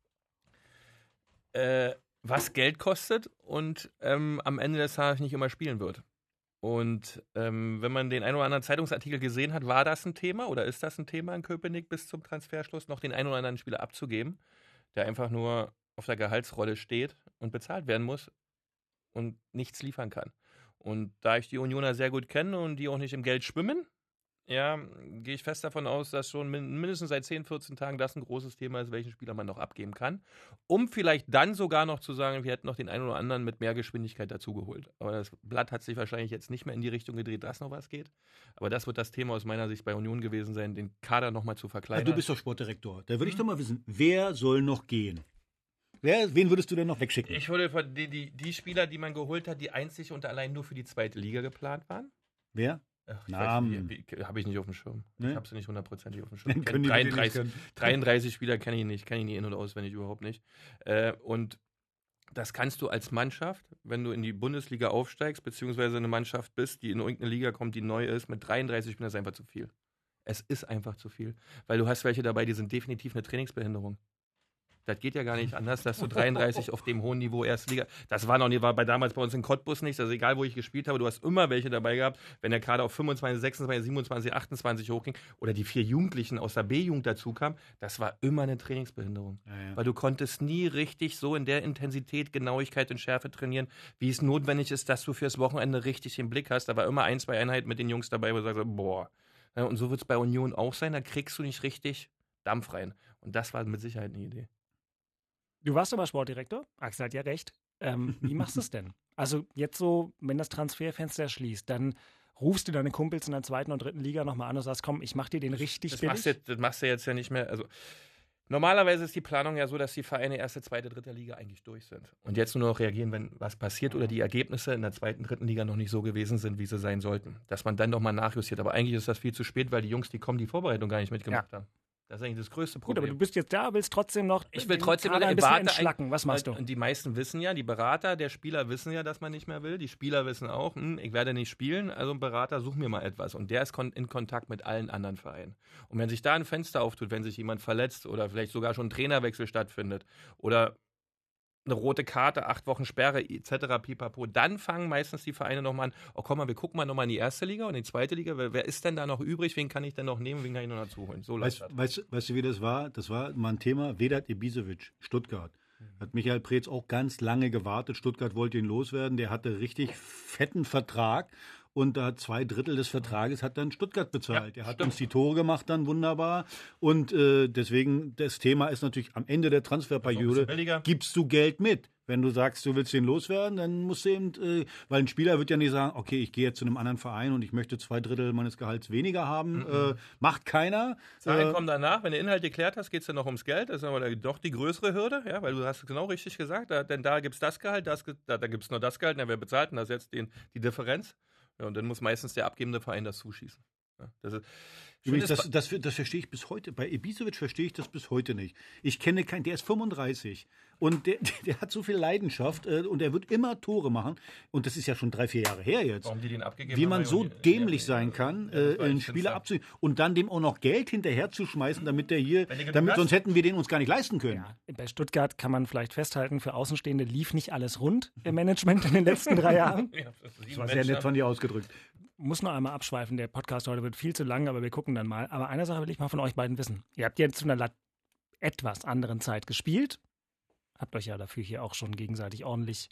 Äh, was Geld kostet und ähm, am Ende des Tages nicht immer spielen wird. Und ähm, wenn man den einen oder anderen Zeitungsartikel gesehen hat, war das ein Thema oder ist das ein Thema in Köpenick bis zum Transferschluss, noch den einen oder anderen Spieler abzugeben, der einfach nur auf der Gehaltsrolle steht und bezahlt werden muss und nichts liefern kann. Und da ich die Unioner sehr gut kenne und die auch nicht im Geld schwimmen, ja, gehe ich fest davon aus, dass schon min- mindestens seit zehn, vierzehn Tagen das ein großes Thema ist, welchen Spieler man noch abgeben kann, um vielleicht dann sogar noch zu sagen, wir hätten noch den einen oder anderen mit mehr Geschwindigkeit dazugeholt. Aber das Blatt hat sich wahrscheinlich jetzt nicht mehr in die Richtung gedreht, dass noch was geht. Aber das wird das Thema aus meiner Sicht bei Union gewesen sein, den Kader nochmal zu verkleinern. Also du bist doch Sportdirektor. Da würde ich doch mal wissen, wer soll noch gehen? Wer, wen würdest du denn noch wegschicken? Ich würde von die, die, die Spieler, die man geholt hat, die einzig und allein nur für die zweite Liga geplant waren. Wer? Ach, ich Namen. Habe ich nicht auf dem Schirm. Ne? Ich habe sie nicht hundertprozentig auf dem Schirm. Dann Ich können kenn die mit denen nicht dreiunddreißig, können. dreiunddreißig Spieler kenne ich nicht, kenne ich nie in- und auswendig überhaupt nicht. Äh, und das kannst du als Mannschaft, wenn du in die Bundesliga aufsteigst, beziehungsweise eine Mannschaft bist, die in irgendeine Liga kommt, die neu ist, mit dreiunddreißig Spielern ist einfach zu viel. Es ist einfach zu viel. Weil du hast welche dabei, die sind definitiv eine Trainingsbehinderung. Das geht ja gar nicht anders, dass du dreiunddreißig auf dem hohen Niveau erste Liga. Das war noch nie, war bei damals bei uns in Cottbus nicht. Also egal, wo ich gespielt habe, du hast immer welche dabei gehabt, wenn der Kader auf fünfundzwanzig, sechsundzwanzig, siebenundzwanzig, achtundzwanzig hochging oder die vier Jugendlichen aus der B-Jugend dazu kamen, das war immer eine Trainingsbehinderung. Ja, ja. Weil du konntest nie richtig so in der Intensität, Genauigkeit und Schärfe trainieren, wie es notwendig ist, dass du fürs Wochenende richtig im Blick hast. Da war immer ein, zwei Einheiten mit den Jungs dabei, wo du sagst, boah. Ja, und so wird es bei Union auch sein, da kriegst du nicht richtig Dampf rein. Und das war mit Sicherheit eine Idee. Du warst aber Sportdirektor. Axel hat ja recht. Ähm, wie machst du es denn? Also jetzt so, wenn das Transferfenster schließt, dann rufst du deine Kumpels in der zweiten und dritten Liga nochmal an und sagst, komm, ich mach dir den richtig das billig? Machst du, das machst du jetzt ja nicht mehr. Also normalerweise ist die Planung ja so, dass die Vereine erste, zweite, dritte Liga eigentlich durch sind. Und jetzt nur noch reagieren, wenn was passiert oder die Ergebnisse in der zweiten, dritten Liga noch nicht so gewesen sind, wie sie sein sollten. Dass man dann nochmal nachjustiert. Aber eigentlich ist das viel zu spät, weil die Jungs, die kommen, die Vorbereitung gar nicht mitgemacht ja. haben. Das ist eigentlich das größte Problem. Gut, aber du bist jetzt da, willst trotzdem noch ich will trotzdem noch ein bisschen entschlacken. Was machst du? Und die meisten wissen ja, die Berater der Spieler wissen ja, dass man nicht mehr will. Die Spieler wissen auch, hm, ich werde nicht spielen, also ein Berater, such mir mal etwas. Und der ist kon- in Kontakt mit allen anderen Vereinen. Und wenn sich da ein Fenster auftut, wenn sich jemand verletzt oder vielleicht sogar schon ein Trainerwechsel stattfindet oder eine rote Karte, acht Wochen Sperre et cetera pipapo, dann fangen meistens die Vereine nochmal an, oh komm mal, wir gucken mal nochmal in die erste Liga und in die zweite Liga, wer, wer ist denn da noch übrig, wen kann ich denn noch nehmen, wen kann ich noch dazu holen? So weißt, weißt, weißt du, wie das war? Das war mal ein Thema, Vedat Ibisevic, Stuttgart. Hat Michael Preetz auch ganz lange gewartet, Stuttgart wollte ihn loswerden, der hatte richtig fetten Vertrag. Und da zwei Drittel des Vertrages hat dann Stuttgart bezahlt. Ja, er hat stimmt. uns die Tore gemacht dann wunderbar. Und äh, deswegen, das Thema ist natürlich, am Ende der Transferperiode gibst du Geld mit. Wenn du sagst, du willst den loswerden, dann musst du eben, äh, weil ein Spieler wird ja nicht sagen, okay, ich gehe jetzt zu einem anderen Verein und ich möchte zwei Drittel meines Gehalts weniger haben. Mhm. Äh, macht keiner. Zahlen äh, kommen danach. Wenn du Inhalt geklärt hast, geht es dann noch ums Geld. Das ist aber doch die größere Hürde, ja, weil du hast es genau richtig gesagt. Da, denn da gibt es das Gehalt, das, da, da gibt es nur das Gehalt. Na, wer bezahlt denn das jetzt den, die Differenz? Ja, und dann muss meistens der abgebende Verein das zuschießen. Ja, das ist, Übrigens, das, das, das verstehe ich bis heute. Bei Ibisevic verstehe ich das bis heute nicht. Ich kenne keinen, der ist fünfunddreißig und der, der hat so viel Leidenschaft äh, und er wird immer Tore machen. Und das ist ja schon drei, vier Jahre her jetzt. Warum die den abgegeben Wie man haben, so die, dämlich ja, sein kann, ja, äh, einen Spieler abzuziehen und dann dem auch noch Geld hinterher zu schmeißen, damit der hier, damit, damit sonst hätten wir den uns gar nicht leisten können. Ja, bei Stuttgart kann man vielleicht festhalten, für Außenstehende lief nicht alles rund im Management in den letzten drei Jahren. Ja, das, das war sehr nett von dir ausgedrückt. Muss noch einmal abschweifen, der Podcast heute wird viel zu lang, aber wir gucken dann mal. Aber eine Sache will ich mal von euch beiden wissen. Ihr habt jetzt zu einer etwas anderen Zeit gespielt, habt euch ja dafür hier auch schon gegenseitig ordentlich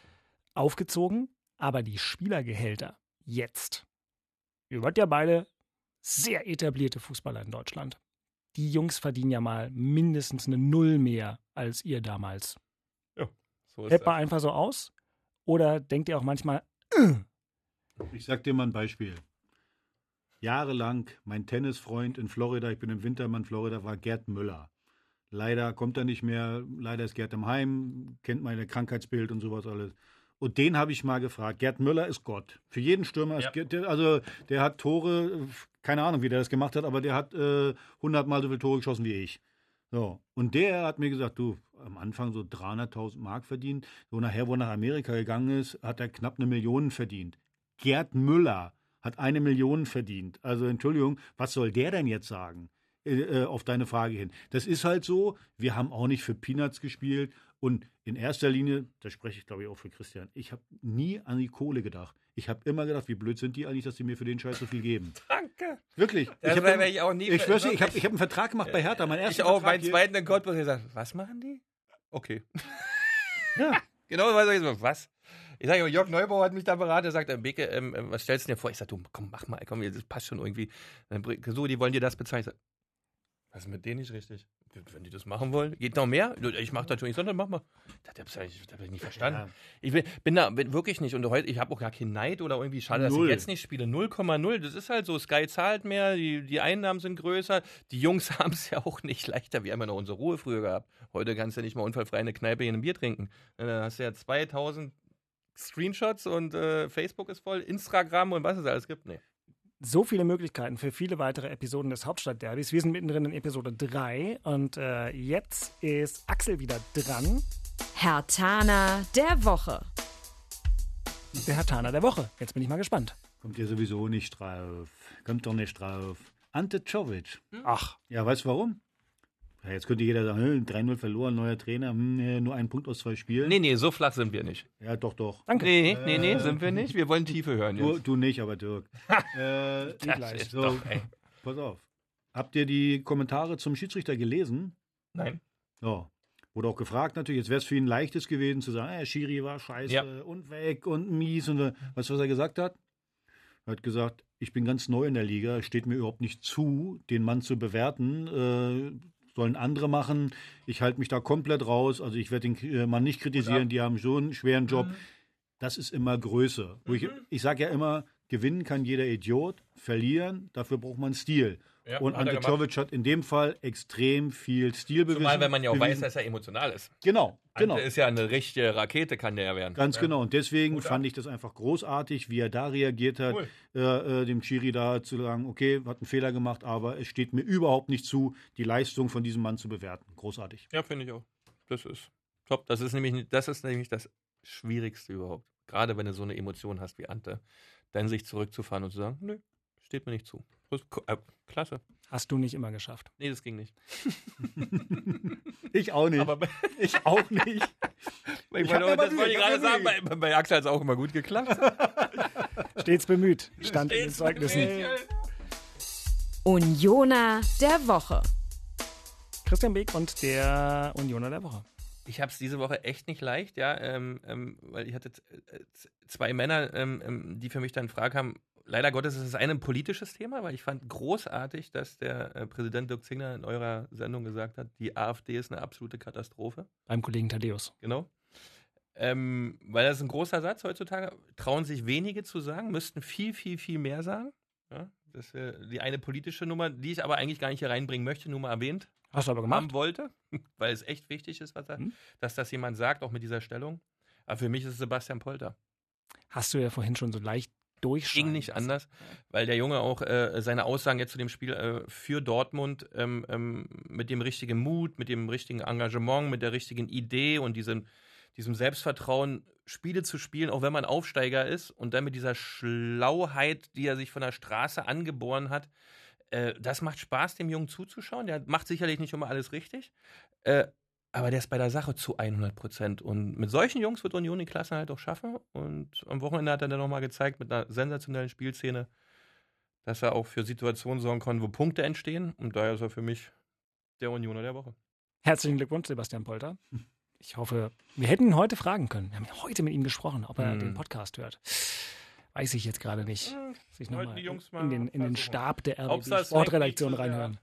aufgezogen, aber die Spielergehälter jetzt, ihr wart ja beide sehr etablierte Fußballer in Deutschland. Die Jungs verdienen ja mal mindestens eine Null mehr als ihr damals. Ja, so ist Hält man einfach so aus? Oder denkt ihr auch manchmal, äh, ich sag dir mal ein Beispiel. Jahrelang mein Tennisfreund in Florida, ich bin im Wintermann Florida, war Gerd Müller. Leider kommt er nicht mehr, leider ist Gerd im Heim, kennt mein Krankheitsbild und sowas alles. Und den habe ich mal gefragt. Gerd Müller ist Gott. Für jeden Stürmer ja. ist Gerd, also der hat Tore, keine Ahnung, wie der das gemacht hat, aber der hat äh, hundertmal so viele Tore geschossen wie ich. So, und der hat mir gesagt, du, am Anfang so dreihunderttausend Mark verdient, so nachher, wo er nach Amerika gegangen ist, hat er knapp eine Million verdient. Gerd Müller hat eine Million verdient. Also Entschuldigung, was soll der denn jetzt sagen? Äh, auf deine Frage hin. Das ist halt so, wir haben auch nicht für Peanuts gespielt und in erster Linie, da spreche ich glaube ich auch für Christian, ich habe nie an die Kohle gedacht. Ich habe immer gedacht, wie blöd sind die eigentlich, dass die mir für den Scheiß so viel geben. Danke. Wirklich. Das ich habe ich auch nie. Ich, ich, ich habe ich hab einen Vertrag gemacht bei Hertha, mein erster Ich auch, Vertrag meinen zweiten in Cottbus gesagt, was machen die? Okay. Ja. Genau, was ich so, was? Ich sage, Jörg Neubauer hat mich da beraten, er sagt, Beke, ähm, was stellst du dir vor? Ich sage, du, komm, mach mal, komm, das passt schon irgendwie. So, die wollen dir das bezahlen. Ich sag, was ist mit denen nicht richtig? Wenn die das machen wollen, geht noch mehr? Ich mache das schon nicht, sondern mach mal. Das habe ich, hab ich nicht verstanden. Ja. Ich bin, bin da bin wirklich nicht. Und heute, ich habe auch gar keinen Neid oder irgendwie schade, dass Null. ich jetzt nicht spiele. null Komma null, das ist halt so. Sky zahlt mehr, die, die Einnahmen sind größer. Die Jungs haben es ja auch nicht leichter. Wir haben ja noch unsere Ruhe früher gehabt. Heute kannst du ja nicht mal unfallfrei in eine Kneipe hier ein Bier trinken. Dann hast du ja zweitausend Screenshots und äh, Facebook ist voll, Instagram und was es alles gibt. Nee. So viele Möglichkeiten für viele weitere Episoden des Hauptstadtderbys. Wir sind mittendrin in Episode drei und äh, jetzt ist Axel wieder dran. Herr Tana der Woche. Der Herr Tana der Woche. Jetzt bin ich mal gespannt. Kommt ihr sowieso nicht drauf. Kommt doch nicht drauf. Ante Czovic. Hm? Ach. Ja, weißt du warum? Ja, jetzt könnte jeder sagen, drei null verloren, neuer Trainer, hm, nur ein Punkt aus zwei Spielen. Nee, nee, so flach sind wir nicht. Ja, doch, doch. Danke. Nee, nee, nee, äh, sind wir nicht. Wir wollen Tiefe hören jetzt. Du, du nicht, aber Dirk. äh, das ist so, doch, ey. Pass auf. Habt ihr die Kommentare zum Schiedsrichter gelesen? Nein. Ja. Wurde auch gefragt natürlich, jetzt wäre es für ihn leichtes gewesen zu sagen, äh, Schiri war scheiße ja. und weg und mies. Und weißt du, was er gesagt hat? Er hat gesagt, ich bin ganz neu in der Liga, es steht mir überhaupt nicht zu, den Mann zu bewerten. Äh, sollen andere machen. Ich halte mich da komplett raus. Also ich werde den äh, Mann nicht kritisieren, die haben so einen schweren Job. Mhm. Das ist immer Größe. Mhm. Ich, ich sage ja immer, gewinnen kann jeder Idiot, verlieren, dafür braucht man Stil. Ja, und hat er Ante Czovic hat in dem Fall extrem viel Stil bewiesen. Zumal, wenn man ja auch bewiesen. weiß, dass er emotional ist. Genau, genau. Ante ist ja eine richtige Rakete, kann der ja werden. Ganz ja. genau. Und deswegen Gut fand ab. ich das einfach großartig, wie er da reagiert hat, Cool. äh, äh, dem Schiri da zu sagen, okay, hat einen Fehler gemacht, aber es steht mir überhaupt nicht zu, die Leistung von diesem Mann zu bewerten. Großartig. Ja, finde ich auch. Das ist top. Das ist nämlich, das ist nämlich das Schwierigste überhaupt. Gerade wenn du so eine Emotion hast wie Ante, dann sich zurückzufahren und zu sagen, nö, steht mir nicht zu. Das ist, äh, klasse. Hast du nicht immer geschafft. Nee, das ging nicht. Ich auch nicht. Aber ich auch nicht. ich Ich wollte, hab das immer wollte ich Mühe, gerade ich hab sagen, immer bei, bei Axel hat es auch immer gut geklappt. Stets bemüht, stand in den Stets Zeugnissen. bemüht, ja. Unioner der Woche. Christian Beek und der Unioner der Woche. Ich habe es diese Woche echt nicht leicht, ja, ähm, ähm, weil ich hatte äh, zwei Männer, ähm, die für mich dann Frage haben. Leider Gottes ist es ein politisches Thema, weil ich fand großartig, dass der äh, Präsident Dirk Zingler in eurer Sendung gesagt hat, die AfD ist eine absolute Katastrophe. Beim Kollegen Thaddeus. Genau. Ähm, weil das ist ein großer Satz heutzutage, trauen sich wenige zu sagen, müssten viel, viel, viel mehr sagen. Ja, das ist die eine politische Nummer, die ich aber eigentlich gar nicht hier reinbringen möchte, nur mal erwähnt. Hast du aber gemacht. Haben wollte, weil es echt wichtig ist, was er, hm? dass das jemand sagt, auch mit dieser Stellung. Aber für mich ist es Sebastian Polter. Hast du ja vorhin schon so leicht durchschauen. Ging nicht anders, weil der Junge auch äh, seine Aussagen jetzt zu dem Spiel äh, für Dortmund ähm, ähm, mit dem richtigen Mut, mit dem richtigen Engagement, mit der richtigen Idee und diesem, diesem Selbstvertrauen, Spiele zu spielen, auch wenn man Aufsteiger ist und dann mit dieser Schlauheit, die er sich von der Straße angeboren hat, äh, das macht Spaß, dem Jungen zuzuschauen. Der macht sicherlich nicht immer alles richtig, äh, aber der ist bei der Sache zu hundert Prozent. Und mit solchen Jungs wird Union die Klasse halt auch schaffen. Und am Wochenende hat er dann nochmal gezeigt, mit einer sensationellen Spielszene, dass er auch für Situationen sorgen kann, wo Punkte entstehen. Und daher ist er für mich der Unioner der Woche. Herzlichen Glückwunsch, Sebastian Polter. Ich hoffe, wir hätten ihn heute fragen können. Wir haben heute mit ihm gesprochen, ob er hm. den Podcast hört. Weiß ich jetzt gerade nicht. Ja, ich noch mal die Jungs mal in den, in den Stab der R B B Hauptsache, Sportredaktion reinhören.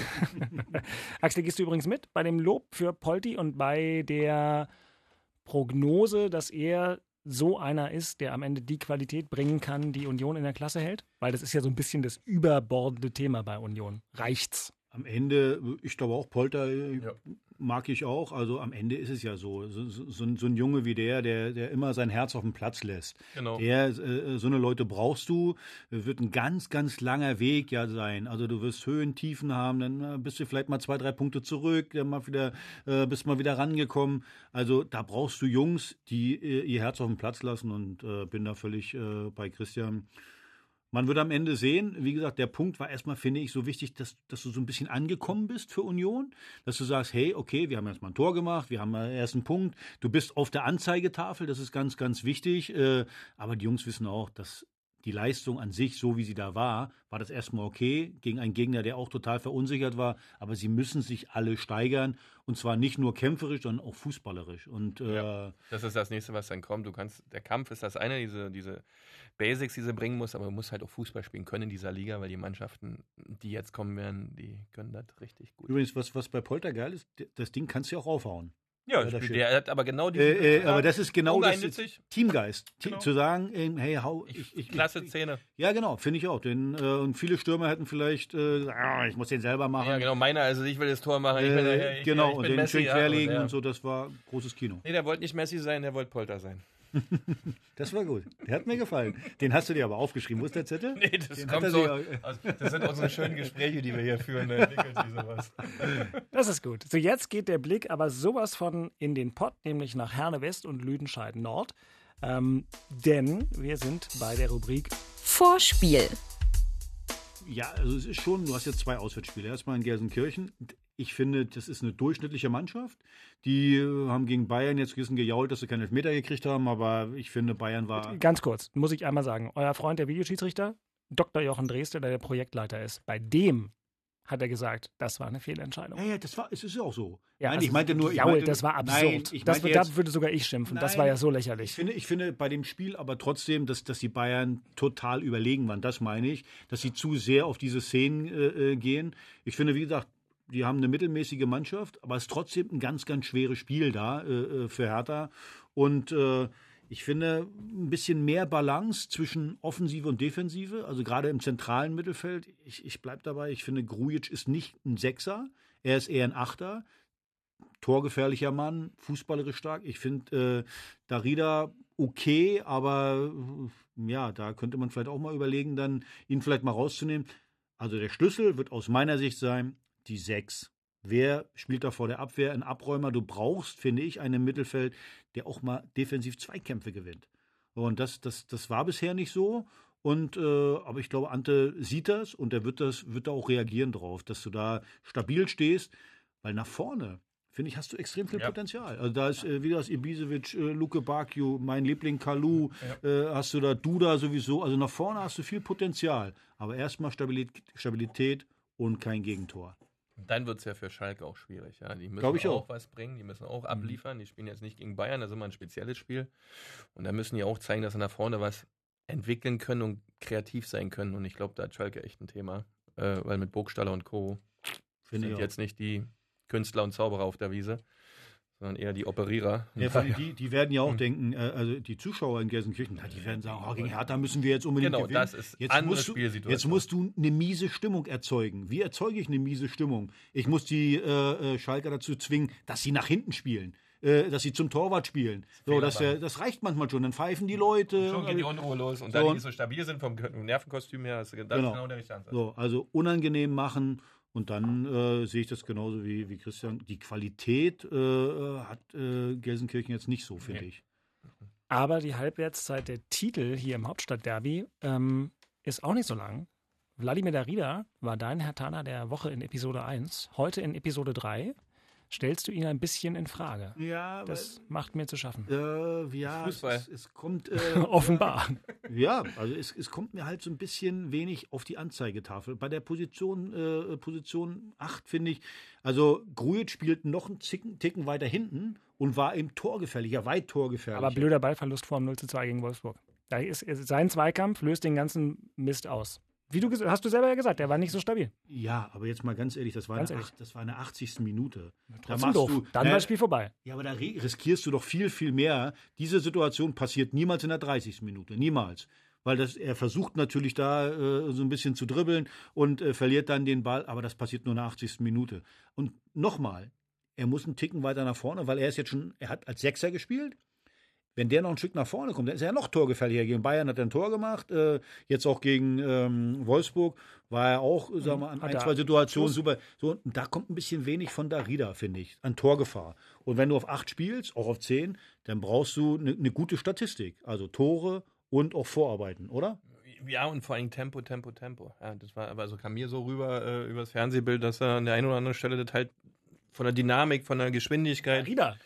Axel, gehst du übrigens mit bei dem Lob für Polti und bei der Prognose, dass er so einer ist, der am Ende die Qualität bringen kann, die Union in der Klasse hält? Weil das ist ja so ein bisschen das überbordende Thema bei Union. Reicht's? Am Ende, ich glaube auch, Polter Ja. mag ich auch. Also am Ende ist es ja so. So, so, so ein Junge wie der, der, der immer sein Herz auf den Platz lässt. Genau. Der, äh, so eine Leute brauchst du. Wird ein ganz, ganz langer Weg ja sein. Also du wirst Höhen, Tiefen haben, dann bist du vielleicht mal zwei, drei Punkte zurück, dann mal wieder, äh, bist mal wieder rangekommen. Also da brauchst du Jungs, die äh, ihr Herz auf den Platz lassen und äh, bin da völlig äh, bei Christian. Man wird am Ende sehen, wie gesagt, der Punkt war erstmal, finde ich, so wichtig, dass, dass du so ein bisschen angekommen bist für Union, dass du sagst, hey, okay, wir haben jetzt mal ein Tor gemacht, wir haben mal erst einen Punkt, du bist auf der Anzeigetafel, das ist ganz, ganz wichtig, äh, aber die Jungs wissen auch, dass die Leistung an sich, so wie sie da war, war das erstmal okay, gegen einen Gegner, der auch total verunsichert war, aber sie müssen sich alle steigern und zwar nicht nur kämpferisch, sondern auch fußballerisch. Und, äh, ja, das ist das Nächste, was dann kommt. Du kannst, der Kampf ist das eine, diese, diese Basics, die sie bringen muss, aber du musst halt auch Fußball spielen können in dieser Liga, weil die Mannschaften, die jetzt kommen werden, die können das richtig gut. Übrigens, was, was bei Polter geil ist, das Ding kannst du ja auch aufhauen. Ja, ja der hat aber genau die. Äh, äh, aber das ist genau das ist Teamgeist. Genau. Zu sagen, hey, hau. Ich, ich, Klasse ich, Szene. Ja, genau, finde ich auch. Denn, äh, und viele Stürmer hätten vielleicht, äh, ah, ich muss den selber machen. Ja, genau, meiner, also ich will das Tor machen. Ich bin, äh, ich, genau, ich und bin den Messi, schön querlegen ja, und, und so, das war großes Kino. Nee, der wollte nicht Messi sein, der wollte Polter sein. Das war gut. Der hat mir gefallen. Den hast du dir aber aufgeschrieben. Wo ist der Zettel? Nee, das Den kommt so. Also, das sind unsere schönen Gespräche, die wir hier führen. Da entwickelt sich sowas. Das ist gut. So, jetzt geht der Blick aber sowas von in den Pott, nämlich nach Herne West und Lüdenscheid Nord. Ähm, denn wir sind bei der Rubrik Vorspiel. Ja, also es ist schon, du hast jetzt zwei Auswärtsspiele. Erstmal in Gelsenkirchen. Ich finde, das ist eine durchschnittliche Mannschaft. Die haben gegen Bayern jetzt ein bisschen gejault, dass sie keinen Elfmeter gekriegt haben, aber ich finde, Bayern war... Ganz kurz, muss ich einmal sagen, euer Freund, der Videoschiedsrichter, Doktor Jochen Dreste, der der Projektleiter ist, bei dem hat er gesagt, das war eine Fehlentscheidung. Ja, ja, das war, es ist ja auch so. Ja, nein, also ich meinte nur... Ich Jaul, meinte, das war absurd. Nein, ich das, meinte da jetzt, würde sogar ich schimpfen. nein, das war ja so lächerlich. Ich finde, ich finde bei dem Spiel aber trotzdem, dass, dass die Bayern total überlegen waren. Das meine ich. Dass sie zu sehr auf diese Szenen äh, gehen. Ich finde, wie gesagt, die haben eine mittelmäßige Mannschaft, aber es ist trotzdem ein ganz, ganz schweres Spiel da äh, für Hertha. Und äh, Ich finde ein bisschen mehr Balance zwischen Offensive und Defensive, also gerade im zentralen Mittelfeld. Ich, ich bleibe dabei, ich finde, Grujic ist nicht ein Sechser, er ist eher ein Achter. Torgefährlicher Mann, fußballerisch stark. Ich finde äh, Darida okay, aber äh, ja, da könnte man vielleicht auch mal überlegen, dann ihn vielleicht mal rauszunehmen. Also der Schlüssel wird aus meiner Sicht sein, die Sechs. Wer spielt da vor der Abwehr? Ein Abräumer. Du brauchst, finde ich, einen im Mittelfeld, der auch mal defensiv Zweikämpfe gewinnt. Und das, das, das war bisher nicht so. Und, äh, aber ich glaube, Ante sieht das und er wird, das, wird da auch reagieren drauf, dass du da stabil stehst, weil nach vorne, finde ich, hast du extrem viel ja. Potenzial. Also da ist äh, wieder das Ibisevic, äh, Luke Bacchio, mein Liebling Kalou, ja. äh, hast du da Duda sowieso. Also nach vorne hast du viel Potenzial. Aber erstmal Stabilität, Stabilität und kein Gegentor. Dann wird es ja für Schalke auch schwierig. Ja. Die müssen auch, auch was bringen, die müssen auch abliefern. Die spielen jetzt nicht gegen Bayern, das ist immer ein spezielles Spiel. Und da müssen die auch zeigen, dass sie nach vorne was entwickeln können und kreativ sein können. Und ich glaube, da hat Schalke echt ein Thema. Äh, weil mit Burgstaller und Co. Finde sind ich jetzt nicht die Künstler und Zauberer auf der Wiese, sondern eher die Operierer. Ja, die, die werden ja auch mhm. denken, äh, also die Zuschauer in Gelsenkirchen, die werden sagen, oh, gegen Hertha müssen wir jetzt unbedingt genau, gewinnen. Das ist jetzt andere musst du, Spielsituation. Jetzt musst du eine miese Stimmung erzeugen. Wie erzeuge ich eine miese Stimmung? Ich muss die äh, Schalker dazu zwingen, dass sie nach hinten spielen. Äh, dass sie zum Torwart spielen. So, das, äh, das reicht manchmal schon. Dann pfeifen die Leute. Und schon geht die Unruhe los. Und so, da die so stabil sind vom Nervenkostüm her, das ist genau, genau der richtige Ansatz. So, also unangenehm machen. Und dann äh, sehe ich das genauso wie, wie Christian. Die Qualität äh, hat äh, Gelsenkirchen jetzt nicht so, finde nee. ich. Aber die Halbwertszeit der Titel hier im Hauptstadtderby ähm, ist auch nicht so lang. Wladimir Darida war dein Herthaner der Woche in Episode eins. Heute in Episode drei stellst du ihn ein bisschen in Frage. Ja, das weil, macht mir zu schaffen. Äh, ja, Fußball. Es, es kommt äh, offenbar. Ja, also es, es kommt mir halt so ein bisschen wenig auf die Anzeigetafel. Bei der Position äh, Position acht finde ich, also Grujic spielt noch einen Ticken, Ticken weiter hinten und war im torgefährlicher, weit torgefährlicher. Aber blöder Ballverlust vor dem null zu zwei gegen Wolfsburg. Da ist, ist, sein Zweikampf löst den ganzen Mist aus. Wie du hast du selber ja gesagt, der war nicht so stabil. Ja, aber jetzt mal ganz ehrlich, das war, ganz eine, ehrlich. Ach, das war eine achtzigste Minute. Da machst doof. Du, Dann äh, war das Spiel vorbei. Ja, aber da riskierst du doch viel, viel mehr. Diese Situation passiert niemals in der dreißigsten Minute. Niemals. Weil das, er versucht natürlich da äh, so ein bisschen zu dribbeln und äh, verliert dann den Ball, aber das passiert nur in der achtzigsten Minute. Und nochmal, er muss einen Ticken weiter nach vorne, weil er ist jetzt schon, er hat als Sechser gespielt. Wenn der noch ein Stück nach vorne kommt, dann ist er ja noch torgefährlicher. Gegen Bayern hat er ein Tor gemacht, äh, jetzt auch gegen ähm, Wolfsburg war er auch, sagen wir mal, an ein, zwei Situationen super. So, und da kommt ein bisschen wenig von Darida, finde ich, an Torgefahr. Und wenn du auf acht spielst, auch auf zehn, dann brauchst du eine ne gute Statistik. Also Tore und auch Vorarbeiten, oder? Ja, und vor allem Tempo, Tempo, Tempo. Ja, das war, aber so kam mir so rüber äh, übers Fernsehbild, dass er an der einen oder anderen Stelle das halt von der Dynamik, von der Geschwindigkeit. Darida.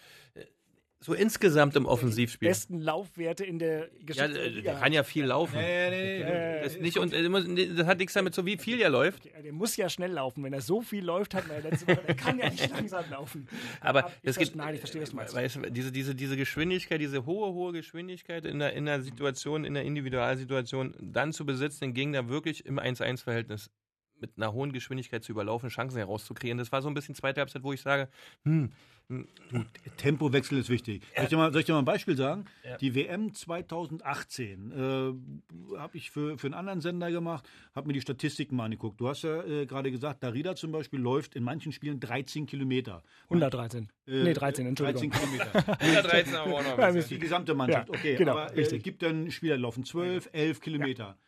So insgesamt im Offensivspiel. Die besten Laufwerte in der Geschichte. Ja, der kann ja viel laufen. Nee, nee, nee. Das, nicht, und, das hat nichts damit so, wie viel er läuft. Der, der muss ja schnell laufen. Wenn er so viel läuft, hat man ja letzte Woche, der kann ja nicht langsam laufen. Aber, Aber das geht, nein, ich verstehe, was du meinst. Weißt, diese, diese, diese Geschwindigkeit, diese hohe, hohe Geschwindigkeit in der, in der Situation, in der Individualsituation, dann zu besitzen, den Gegner wirklich im eins eins Verhältnis mit einer hohen Geschwindigkeit zu überlaufen, Chancen herauszukreieren. Das war so ein bisschen zweite Halbzeit, wo ich sage, hm, Du, Tempowechsel ist wichtig. Ja. Soll, ich dir mal, soll ich dir mal ein Beispiel sagen? Ja. Die W M zweitausendachtzehn äh, habe ich für, für einen anderen Sender gemacht, habe mir die Statistiken mal angeguckt. Du hast ja äh, gerade gesagt, Darida zum Beispiel läuft in manchen Spielen dreizehn Kilometer. hundertdreizehn. Äh, nee, dreizehn, Entschuldigung. dreizehn Kilometer. hundertdreizehn aber auch noch. Das ist die gesamte Mannschaft. Ja, okay, genau, aber es äh, gibt dann Spieler, die laufen zwölf, elf Kilometer. Ja.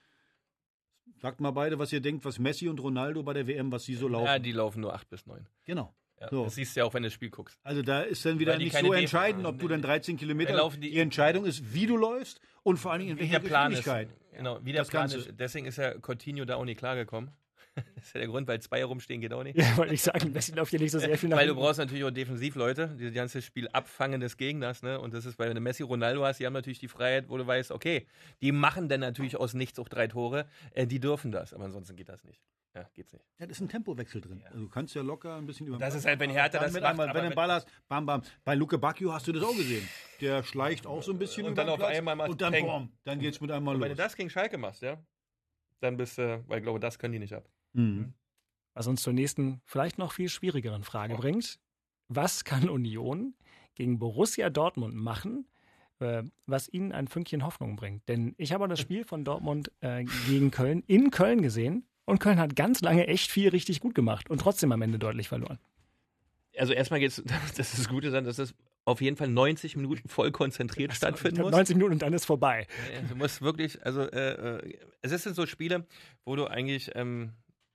Sagt mal beide, was ihr denkt, was Messi und Ronaldo bei der W M, was sie so laufen. Ja, die laufen nur acht bis neun. Genau. Ja, so. Das siehst du ja auch, wenn du das Spiel guckst. Also da ist dann wieder nicht so entscheidend, ob du dann dreizehn Kilometer laufen. Die, die Entscheidung ist, wie du läufst und vor allen Dingen in welcher Geschwindigkeit. Ist, genau, wie der Plan ist. Deswegen ist ja Coutinho da auch nicht klargekommen. Das ist ja der Grund, weil zwei rumstehen geht auch nicht. Ja, wollte ich sagen, Messi läuft hier nicht so sehr viel nach Weil du brauchst natürlich auch Defensivleute, die das ganze Spiel abfangen des Gegners. Ne? Und das ist, weil wenn du Messi, Ronaldo hast, die haben natürlich die Freiheit, wo du weißt, okay, die machen dann natürlich aus nichts auch drei Tore. Äh, die dürfen das, aber ansonsten geht das nicht. Ja, geht's nicht. Ja, da ist ein Tempowechsel drin. Ja. Also du kannst ja locker ein bisschen über. Das ist halt, wenn Hertha das macht. Einmal, wenn du den Ball hast, bam, bam. Bei Luke Bacchio hast du das auch gesehen. Der schleicht auch so ein bisschen und über dann auf Platz einmal mal und dann, boom, dann geht's mit einmal und los. Wenn du das gegen Schalke machst, ja, dann bist du, weil ich glaube, das können die nicht ab. Mhm. Was uns zur nächsten, vielleicht noch viel schwierigeren Frage oh. bringt. Was kann Union gegen Borussia Dortmund machen, äh, was ihnen ein Fünkchen Hoffnung bringt. Denn ich habe das Spiel von Dortmund äh, gegen Köln in Köln gesehen und Köln hat ganz lange echt viel richtig gut gemacht und trotzdem am Ende deutlich verloren. Also erstmal geht's, das ist das Gute sein, dass das auf jeden Fall neunzig Minuten voll konzentriert also, stattfinden muss. neunzig Minuten und dann ist vorbei. Du musst wirklich, also äh, es sind so Spiele, wo du eigentlich ähm,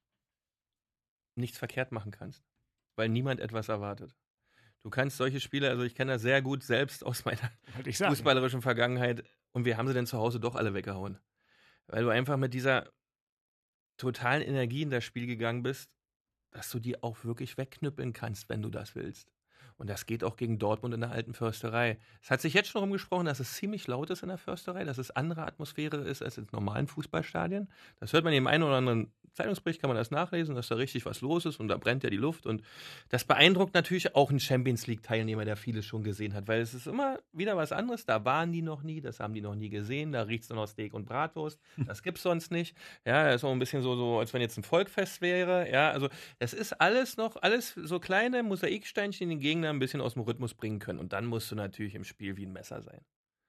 nichts verkehrt machen kannst, weil niemand etwas erwartet. Du kannst solche Spiele, also ich kenne das sehr gut selbst aus meiner fußballerischen Vergangenheit und wir haben sie dann zu Hause doch alle weggehauen. Weil du einfach mit dieser totalen Energie in das Spiel gegangen bist, dass du die auch wirklich wegknüppeln kannst, wenn du das willst. Und das geht auch gegen Dortmund in der alten Försterei. Es hat sich jetzt schon rumgesprochen, dass es ziemlich laut ist in der Försterei, dass es andere Atmosphäre ist als in normalen Fußballstadien. Das hört man in dem einen oder anderen Zeitungsbericht, kann man das nachlesen, dass da richtig was los ist und da brennt ja die Luft. Und das beeindruckt natürlich auch einen Champions-League-Teilnehmer, der vieles schon gesehen hat, weil es ist immer wieder was anderes. Da waren die noch nie, das haben die noch nie gesehen, da riecht es nur noch Steak und Bratwurst. Das gibt's sonst nicht. Ja, das ist auch ein bisschen so, so, als wenn jetzt ein Volkfest wäre. Ja, also es ist alles noch, alles so kleine Mosaiksteinchen, die den Gegner ein bisschen aus dem Rhythmus bringen können. Und dann musst du natürlich im Spiel wie ein Messer sein.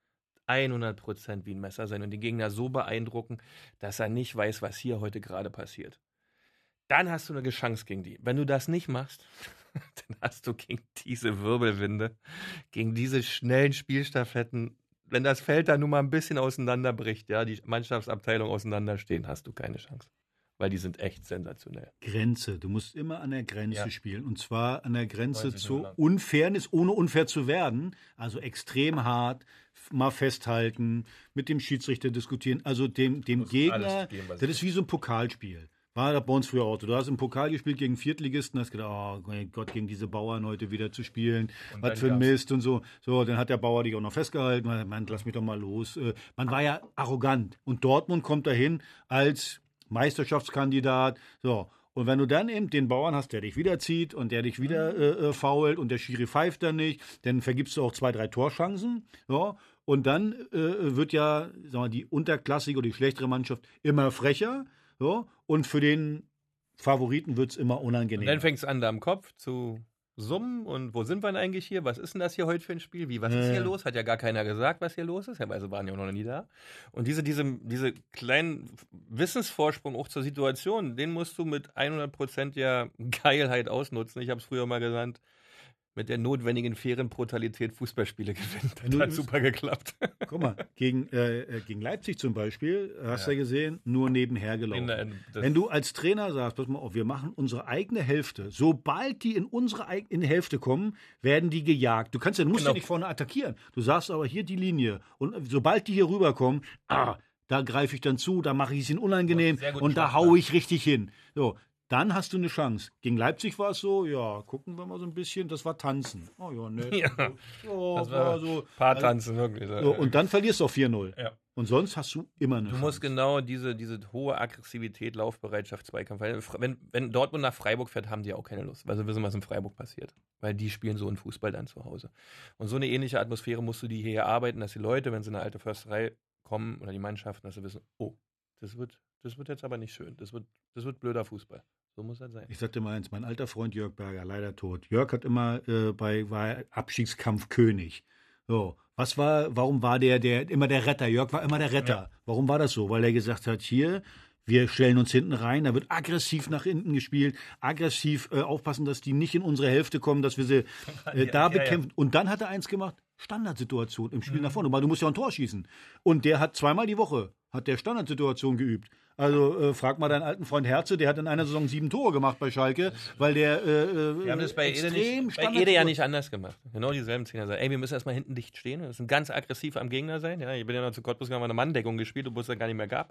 hundert Prozent wie ein Messer sein und den Gegner so beeindrucken, dass er nicht weiß, was hier heute gerade passiert. Dann hast du eine Chance gegen die. Wenn du das nicht machst, dann hast du gegen diese Wirbelwinde, gegen diese schnellen Spielstaffetten, wenn das Feld da nun mal ein bisschen auseinanderbricht, ja, die Mannschaftsabteilung auseinanderstehen, hast du keine Chance. Weil die sind echt sensationell. Grenze. Du musst immer an der Grenze ja. spielen. Und zwar an der Grenze zur Unfairness, ohne unfair zu werden. Also extrem hart, mal festhalten, mit dem Schiedsrichter diskutieren. Also dem, dem Gegner, geben, das ist wie so ein Pokalspiel. War da bei uns früher auch. Du hast im Pokal gespielt gegen Viertligisten, hast gedacht, oh Gott, gegen diese Bauern heute wieder zu spielen. Und was für ein Mist und so. So, dann hat der Bauer dich auch noch festgehalten. Man, lass mich doch mal los. Man war ja arrogant. Und Dortmund kommt dahin als Meisterschaftskandidat, so. Und wenn du dann eben den Bauern hast, der dich wieder zieht und der dich wieder äh, fault und der Schiri pfeift dann nicht, dann vergibst du auch zwei, drei Torschancen, so. Und dann äh, wird ja, sagen wir, die unterklassige oder die schlechtere Mannschaft immer frecher, so. Und für den Favoriten wird es immer unangenehmer. Und dann fängt es an, da am Kopf zu summen und wo sind wir denn eigentlich hier? Was ist denn das hier heute für ein Spiel? Wie, was ist hier los? Hat ja gar keiner gesagt, was hier los ist. Ja, weil sie waren ja auch noch nie da. Und diese, diese, diese kleinen Wissensvorsprung auch zur Situation, den musst du mit hundert Prozent ja Geilheit ausnutzen. Ich habe es früher mal gesagt, mit der notwendigen fairen Brutalität Fußballspiele gewinnen. Das hat super geklappt. Guck mal, gegen, äh, gegen Leipzig zum Beispiel, hast du ja. ja gesehen, nur nebenher gelaufen. Der, Wenn du als Trainer sagst, pass mal auf, wir machen unsere eigene Hälfte, sobald die in unsere eigene Hälfte kommen, werden die gejagt. Du kannst ja, musst genau. ja nicht vorne attackieren. Du sagst aber hier die Linie. Und sobald die hier rüberkommen, ah, da greife ich dann zu, da mache ich es ihnen unangenehm und da haue ich richtig hin. So. Dann hast du eine Chance. Gegen Leipzig war es so, ja, gucken wir mal so ein bisschen, das war Tanzen. Oh ja, nett. Ja, so, das war, war so. Paar Tanzen, wirklich. So, und dann verlierst du auf vier null. Ja. Und sonst hast du immer eine Du Chance. musst genau diese, diese hohe Aggressivität, Laufbereitschaft, Zweikampf. Wenn, wenn Dortmund nach Freiburg fährt, haben die auch keine Lust, weil sie wissen, was in Freiburg passiert. Weil die spielen so einen Fußball dann zu Hause. Und so eine ähnliche Atmosphäre musst du die hier erarbeiten, dass die Leute, wenn sie in eine alte Försterei kommen, oder die Mannschaften, dass sie wissen, oh, das wird, das wird jetzt aber nicht schön. Das wird, das wird blöder Fußball. So muss das sein. Ich sagte mal eins, mein alter Freund Jörg Berger, leider tot. Jörg hat immer äh, bei war Abstiegskampf König. So, was war, warum war der, der immer der Retter? Jörg war immer der Retter. Ja. Warum war das so? Weil er gesagt hat, hier, wir stellen uns hinten rein, da wird aggressiv nach hinten gespielt, aggressiv äh, aufpassen, dass die nicht in unsere Hälfte kommen, dass wir sie äh, da ja, bekämpfen. Ja, ja. Und dann hat er eins gemacht, Standardsituation im Spiel mhm. nach vorne, weil du musst ja ein Tor schießen. Und der hat zweimal die Woche, hat der Standardsituation geübt. Also äh, frag mal deinen alten Freund Herze, der hat in einer Saison sieben Tore gemacht bei Schalke, weil der äh, wir haben das bei Ede, nicht, bei Ede ja nicht anders gemacht. Genau dieselben Szenen. Ey, wir müssen erstmal hinten dicht stehen. Wir müssen ganz aggressiv am Gegner sein. Ja, ich bin ja noch zu Cottbus, haben wir eine Manndeckung gespielt, obwohl es da gar nicht mehr gab.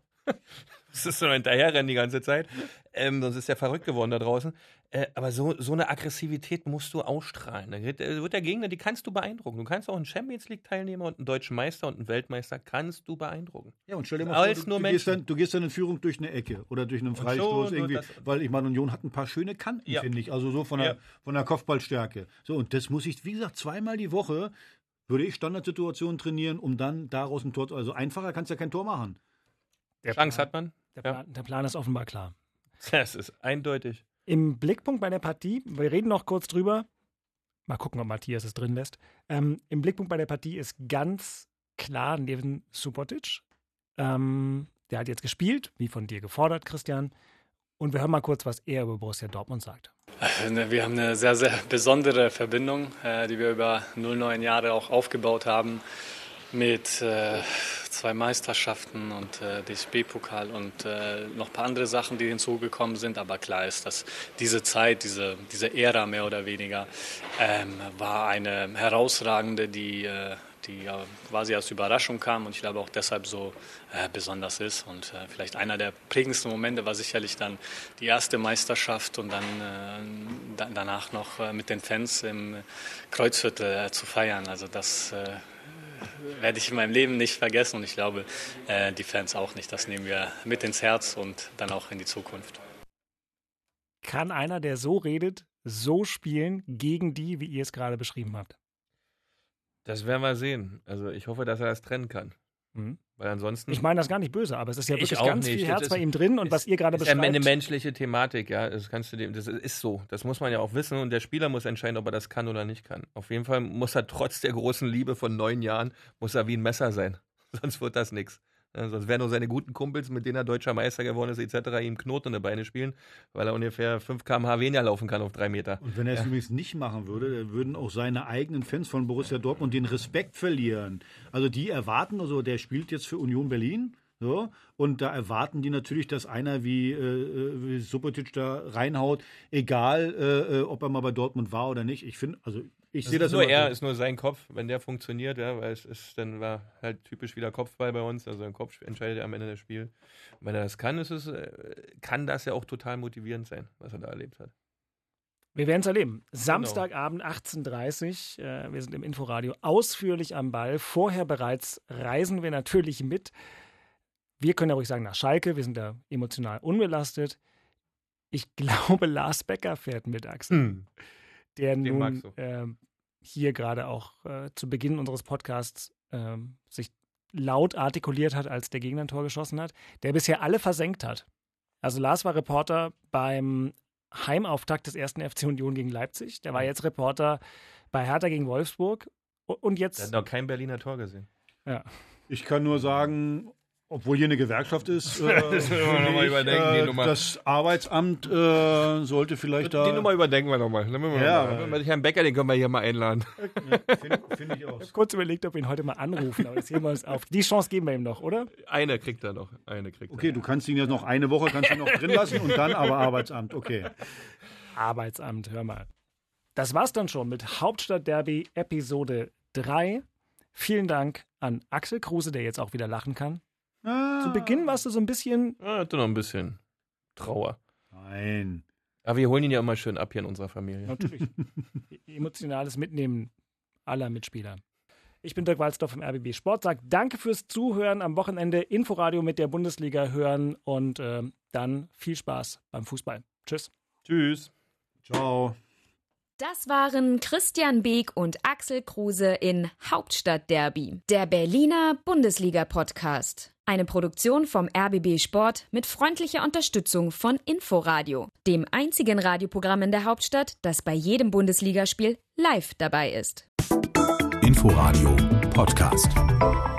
Das ist so hinterherrennen die ganze Zeit. Ähm, sonst ist der verrückt geworden da draußen. Äh, aber so, so eine Aggressivität musst du ausstrahlen. Da wird, wird der Gegner, die kannst du beeindrucken. Du kannst auch einen Champions-League-Teilnehmer und einen deutschen Meister und einen Weltmeister kannst du beeindrucken. Ja, und stell dir mal vor, du, du, gehst dann, du gehst dann in Führung durch eine Ecke oder durch einen Freistoß so, irgendwie, weil ich meine, Union hat ein paar schöne Kanten, ja. finde ich, also so von der, ja. von der Kopfballstärke. So, und das muss ich, wie gesagt, zweimal die Woche würde ich Standardsituationen trainieren, um dann daraus ein Tor, also einfacher kannst du ja kein Tor machen. Der Chance hat man. Der Plan, ja. der Plan ist offenbar klar. Das ist eindeutig. Im Blickpunkt bei der Partie, wir reden noch kurz drüber, mal gucken, ob Matthias es drin lässt, ähm, im Blickpunkt bei der Partie ist ganz klar neben Subotic. Ähm, der hat jetzt gespielt, wie von dir gefordert, Christian. Und wir hören mal kurz, was er über Borussia Dortmund sagt. Wir haben eine sehr, sehr besondere Verbindung, die wir über null neun Jahre auch aufgebaut haben. Mit äh, zwei Meisterschaften und äh, D F B-Pokal und äh, noch ein paar andere Sachen, die hinzugekommen sind. Aber klar ist, dass diese Zeit, diese, diese Ära mehr oder weniger, ähm, war eine herausragende, die, äh, die äh, quasi als Überraschung kam und ich glaube auch deshalb so äh, besonders ist. Und äh, vielleicht einer der prägendsten Momente war sicherlich dann die erste Meisterschaft und dann äh, da, danach noch äh, mit den Fans im Kreuzviertel äh, zu feiern. Also das äh, werde ich in meinem Leben nicht vergessen und ich glaube, äh, die Fans auch nicht. Das nehmen wir mit ins Herz und dann auch in die Zukunft. Kann einer, der so redet, so spielen gegen die, wie ihr es gerade beschrieben habt? Das werden wir sehen. Also ich hoffe, dass er das trennen kann. Mhm. Weil ansonsten... Ich meine das gar nicht böse, aber es ist ja wirklich ganz nicht. viel Herz das bei ist, ihm drin und ist, was ihr gerade beschreibt... Das ist ja eine menschliche Thematik, ja. Das kannst du dem, das ist so. Das muss man ja auch wissen und der Spieler muss entscheiden, ob er das kann oder nicht kann. Auf jeden Fall muss er trotz der großen Liebe von neun Jahren, muss er wie ein Messer sein. Sonst wird das nichts. Ja, sonst werden nur seine guten Kumpels, mit denen er deutscher Meister geworden ist, et cetera, ihm Knoten in die Beine spielen, weil er ungefähr fünf Kilometer pro Stunde weniger laufen kann auf drei Meter. Und wenn er es ja. übrigens nicht machen würde, dann würden auch seine eigenen Fans von Borussia Dortmund den Respekt verlieren. Also die erwarten, also der spielt jetzt für Union Berlin, so, und da erwarten die natürlich, dass einer wie, äh, wie Subotic da reinhaut, egal äh, ob er mal bei Dortmund war oder nicht. Ich finde, also ich sehe das nur immer er, so. ist nur sein Kopf, wenn der funktioniert, ja, weil es ist, dann war halt typisch wieder Kopfball bei uns, also ein Kopf entscheidet am Ende des Spiels. Und wenn er das kann, ist es, kann das ja auch total motivierend sein, was er da erlebt hat. Wir werden es erleben. Samstagabend achtzehn Uhr dreißig, äh, wir sind im Inforadio ausführlich am Ball. Vorher bereits reisen wir natürlich mit. Wir können ja ruhig sagen, nach Schalke, wir sind da emotional unbelastet. Ich glaube, Lars Becker fährt mit, Axel. Hm. Der Den nun äh, hier gerade auch äh, zu Beginn unseres Podcasts äh, sich laut artikuliert hat, als der Gegner ein Tor geschossen hat, der bisher alle versenkt hat. Also Lars war Reporter beim Heimauftakt des ersten F C Union gegen Leipzig. Der war jetzt Reporter bei Hertha gegen Wolfsburg. Und jetzt... Der hat noch kein Berliner Tor gesehen. Ja. Ich kann nur sagen... Obwohl hier eine Gewerkschaft ist, äh, das, wir noch mal überdenken, äh, die Nummer. das Arbeitsamt äh, sollte vielleicht die da... Die Nummer überdenken wir nochmal. Ja. Herrn Becker, den können wir hier mal einladen. Ja, Finde find ich auch. Ich habe kurz überlegt, ob wir ihn heute mal anrufen, aber das heben wir uns auf. Die Chance geben wir ihm noch, oder? Eine kriegt er noch. Eine kriegt okay, er. Du kannst ihn jetzt noch eine Woche kannst ihn noch drin lassen und dann aber Arbeitsamt, okay. Arbeitsamt, hör mal. Das war's dann schon mit Hauptstadtderby Episode drei. Vielen Dank an Axel Kruse, der jetzt auch wieder lachen kann. Ah. Zu Beginn warst du so ein bisschen... Ja, hatte noch ein bisschen Trauer. Nein. Aber wir holen ihn ja immer schön ab hier in unserer Familie. Natürlich. Emotionales Mitnehmen aller Mitspieler. Ich bin Dirk Walzdorf vom R B B Sport. Sag danke fürs Zuhören. Am Wochenende Inforadio mit der Bundesliga hören und äh, dann viel Spaß beim Fußball. Tschüss. Tschüss. Ciao. Das waren Christian Beek und Axel Kruse in Hauptstadtderby, der Berliner Bundesliga-Podcast. Eine Produktion vom R B B Sport mit freundlicher Unterstützung von Inforadio, dem einzigen Radioprogramm in der Hauptstadt, das bei jedem Bundesligaspiel live dabei ist. Inforadio Podcast.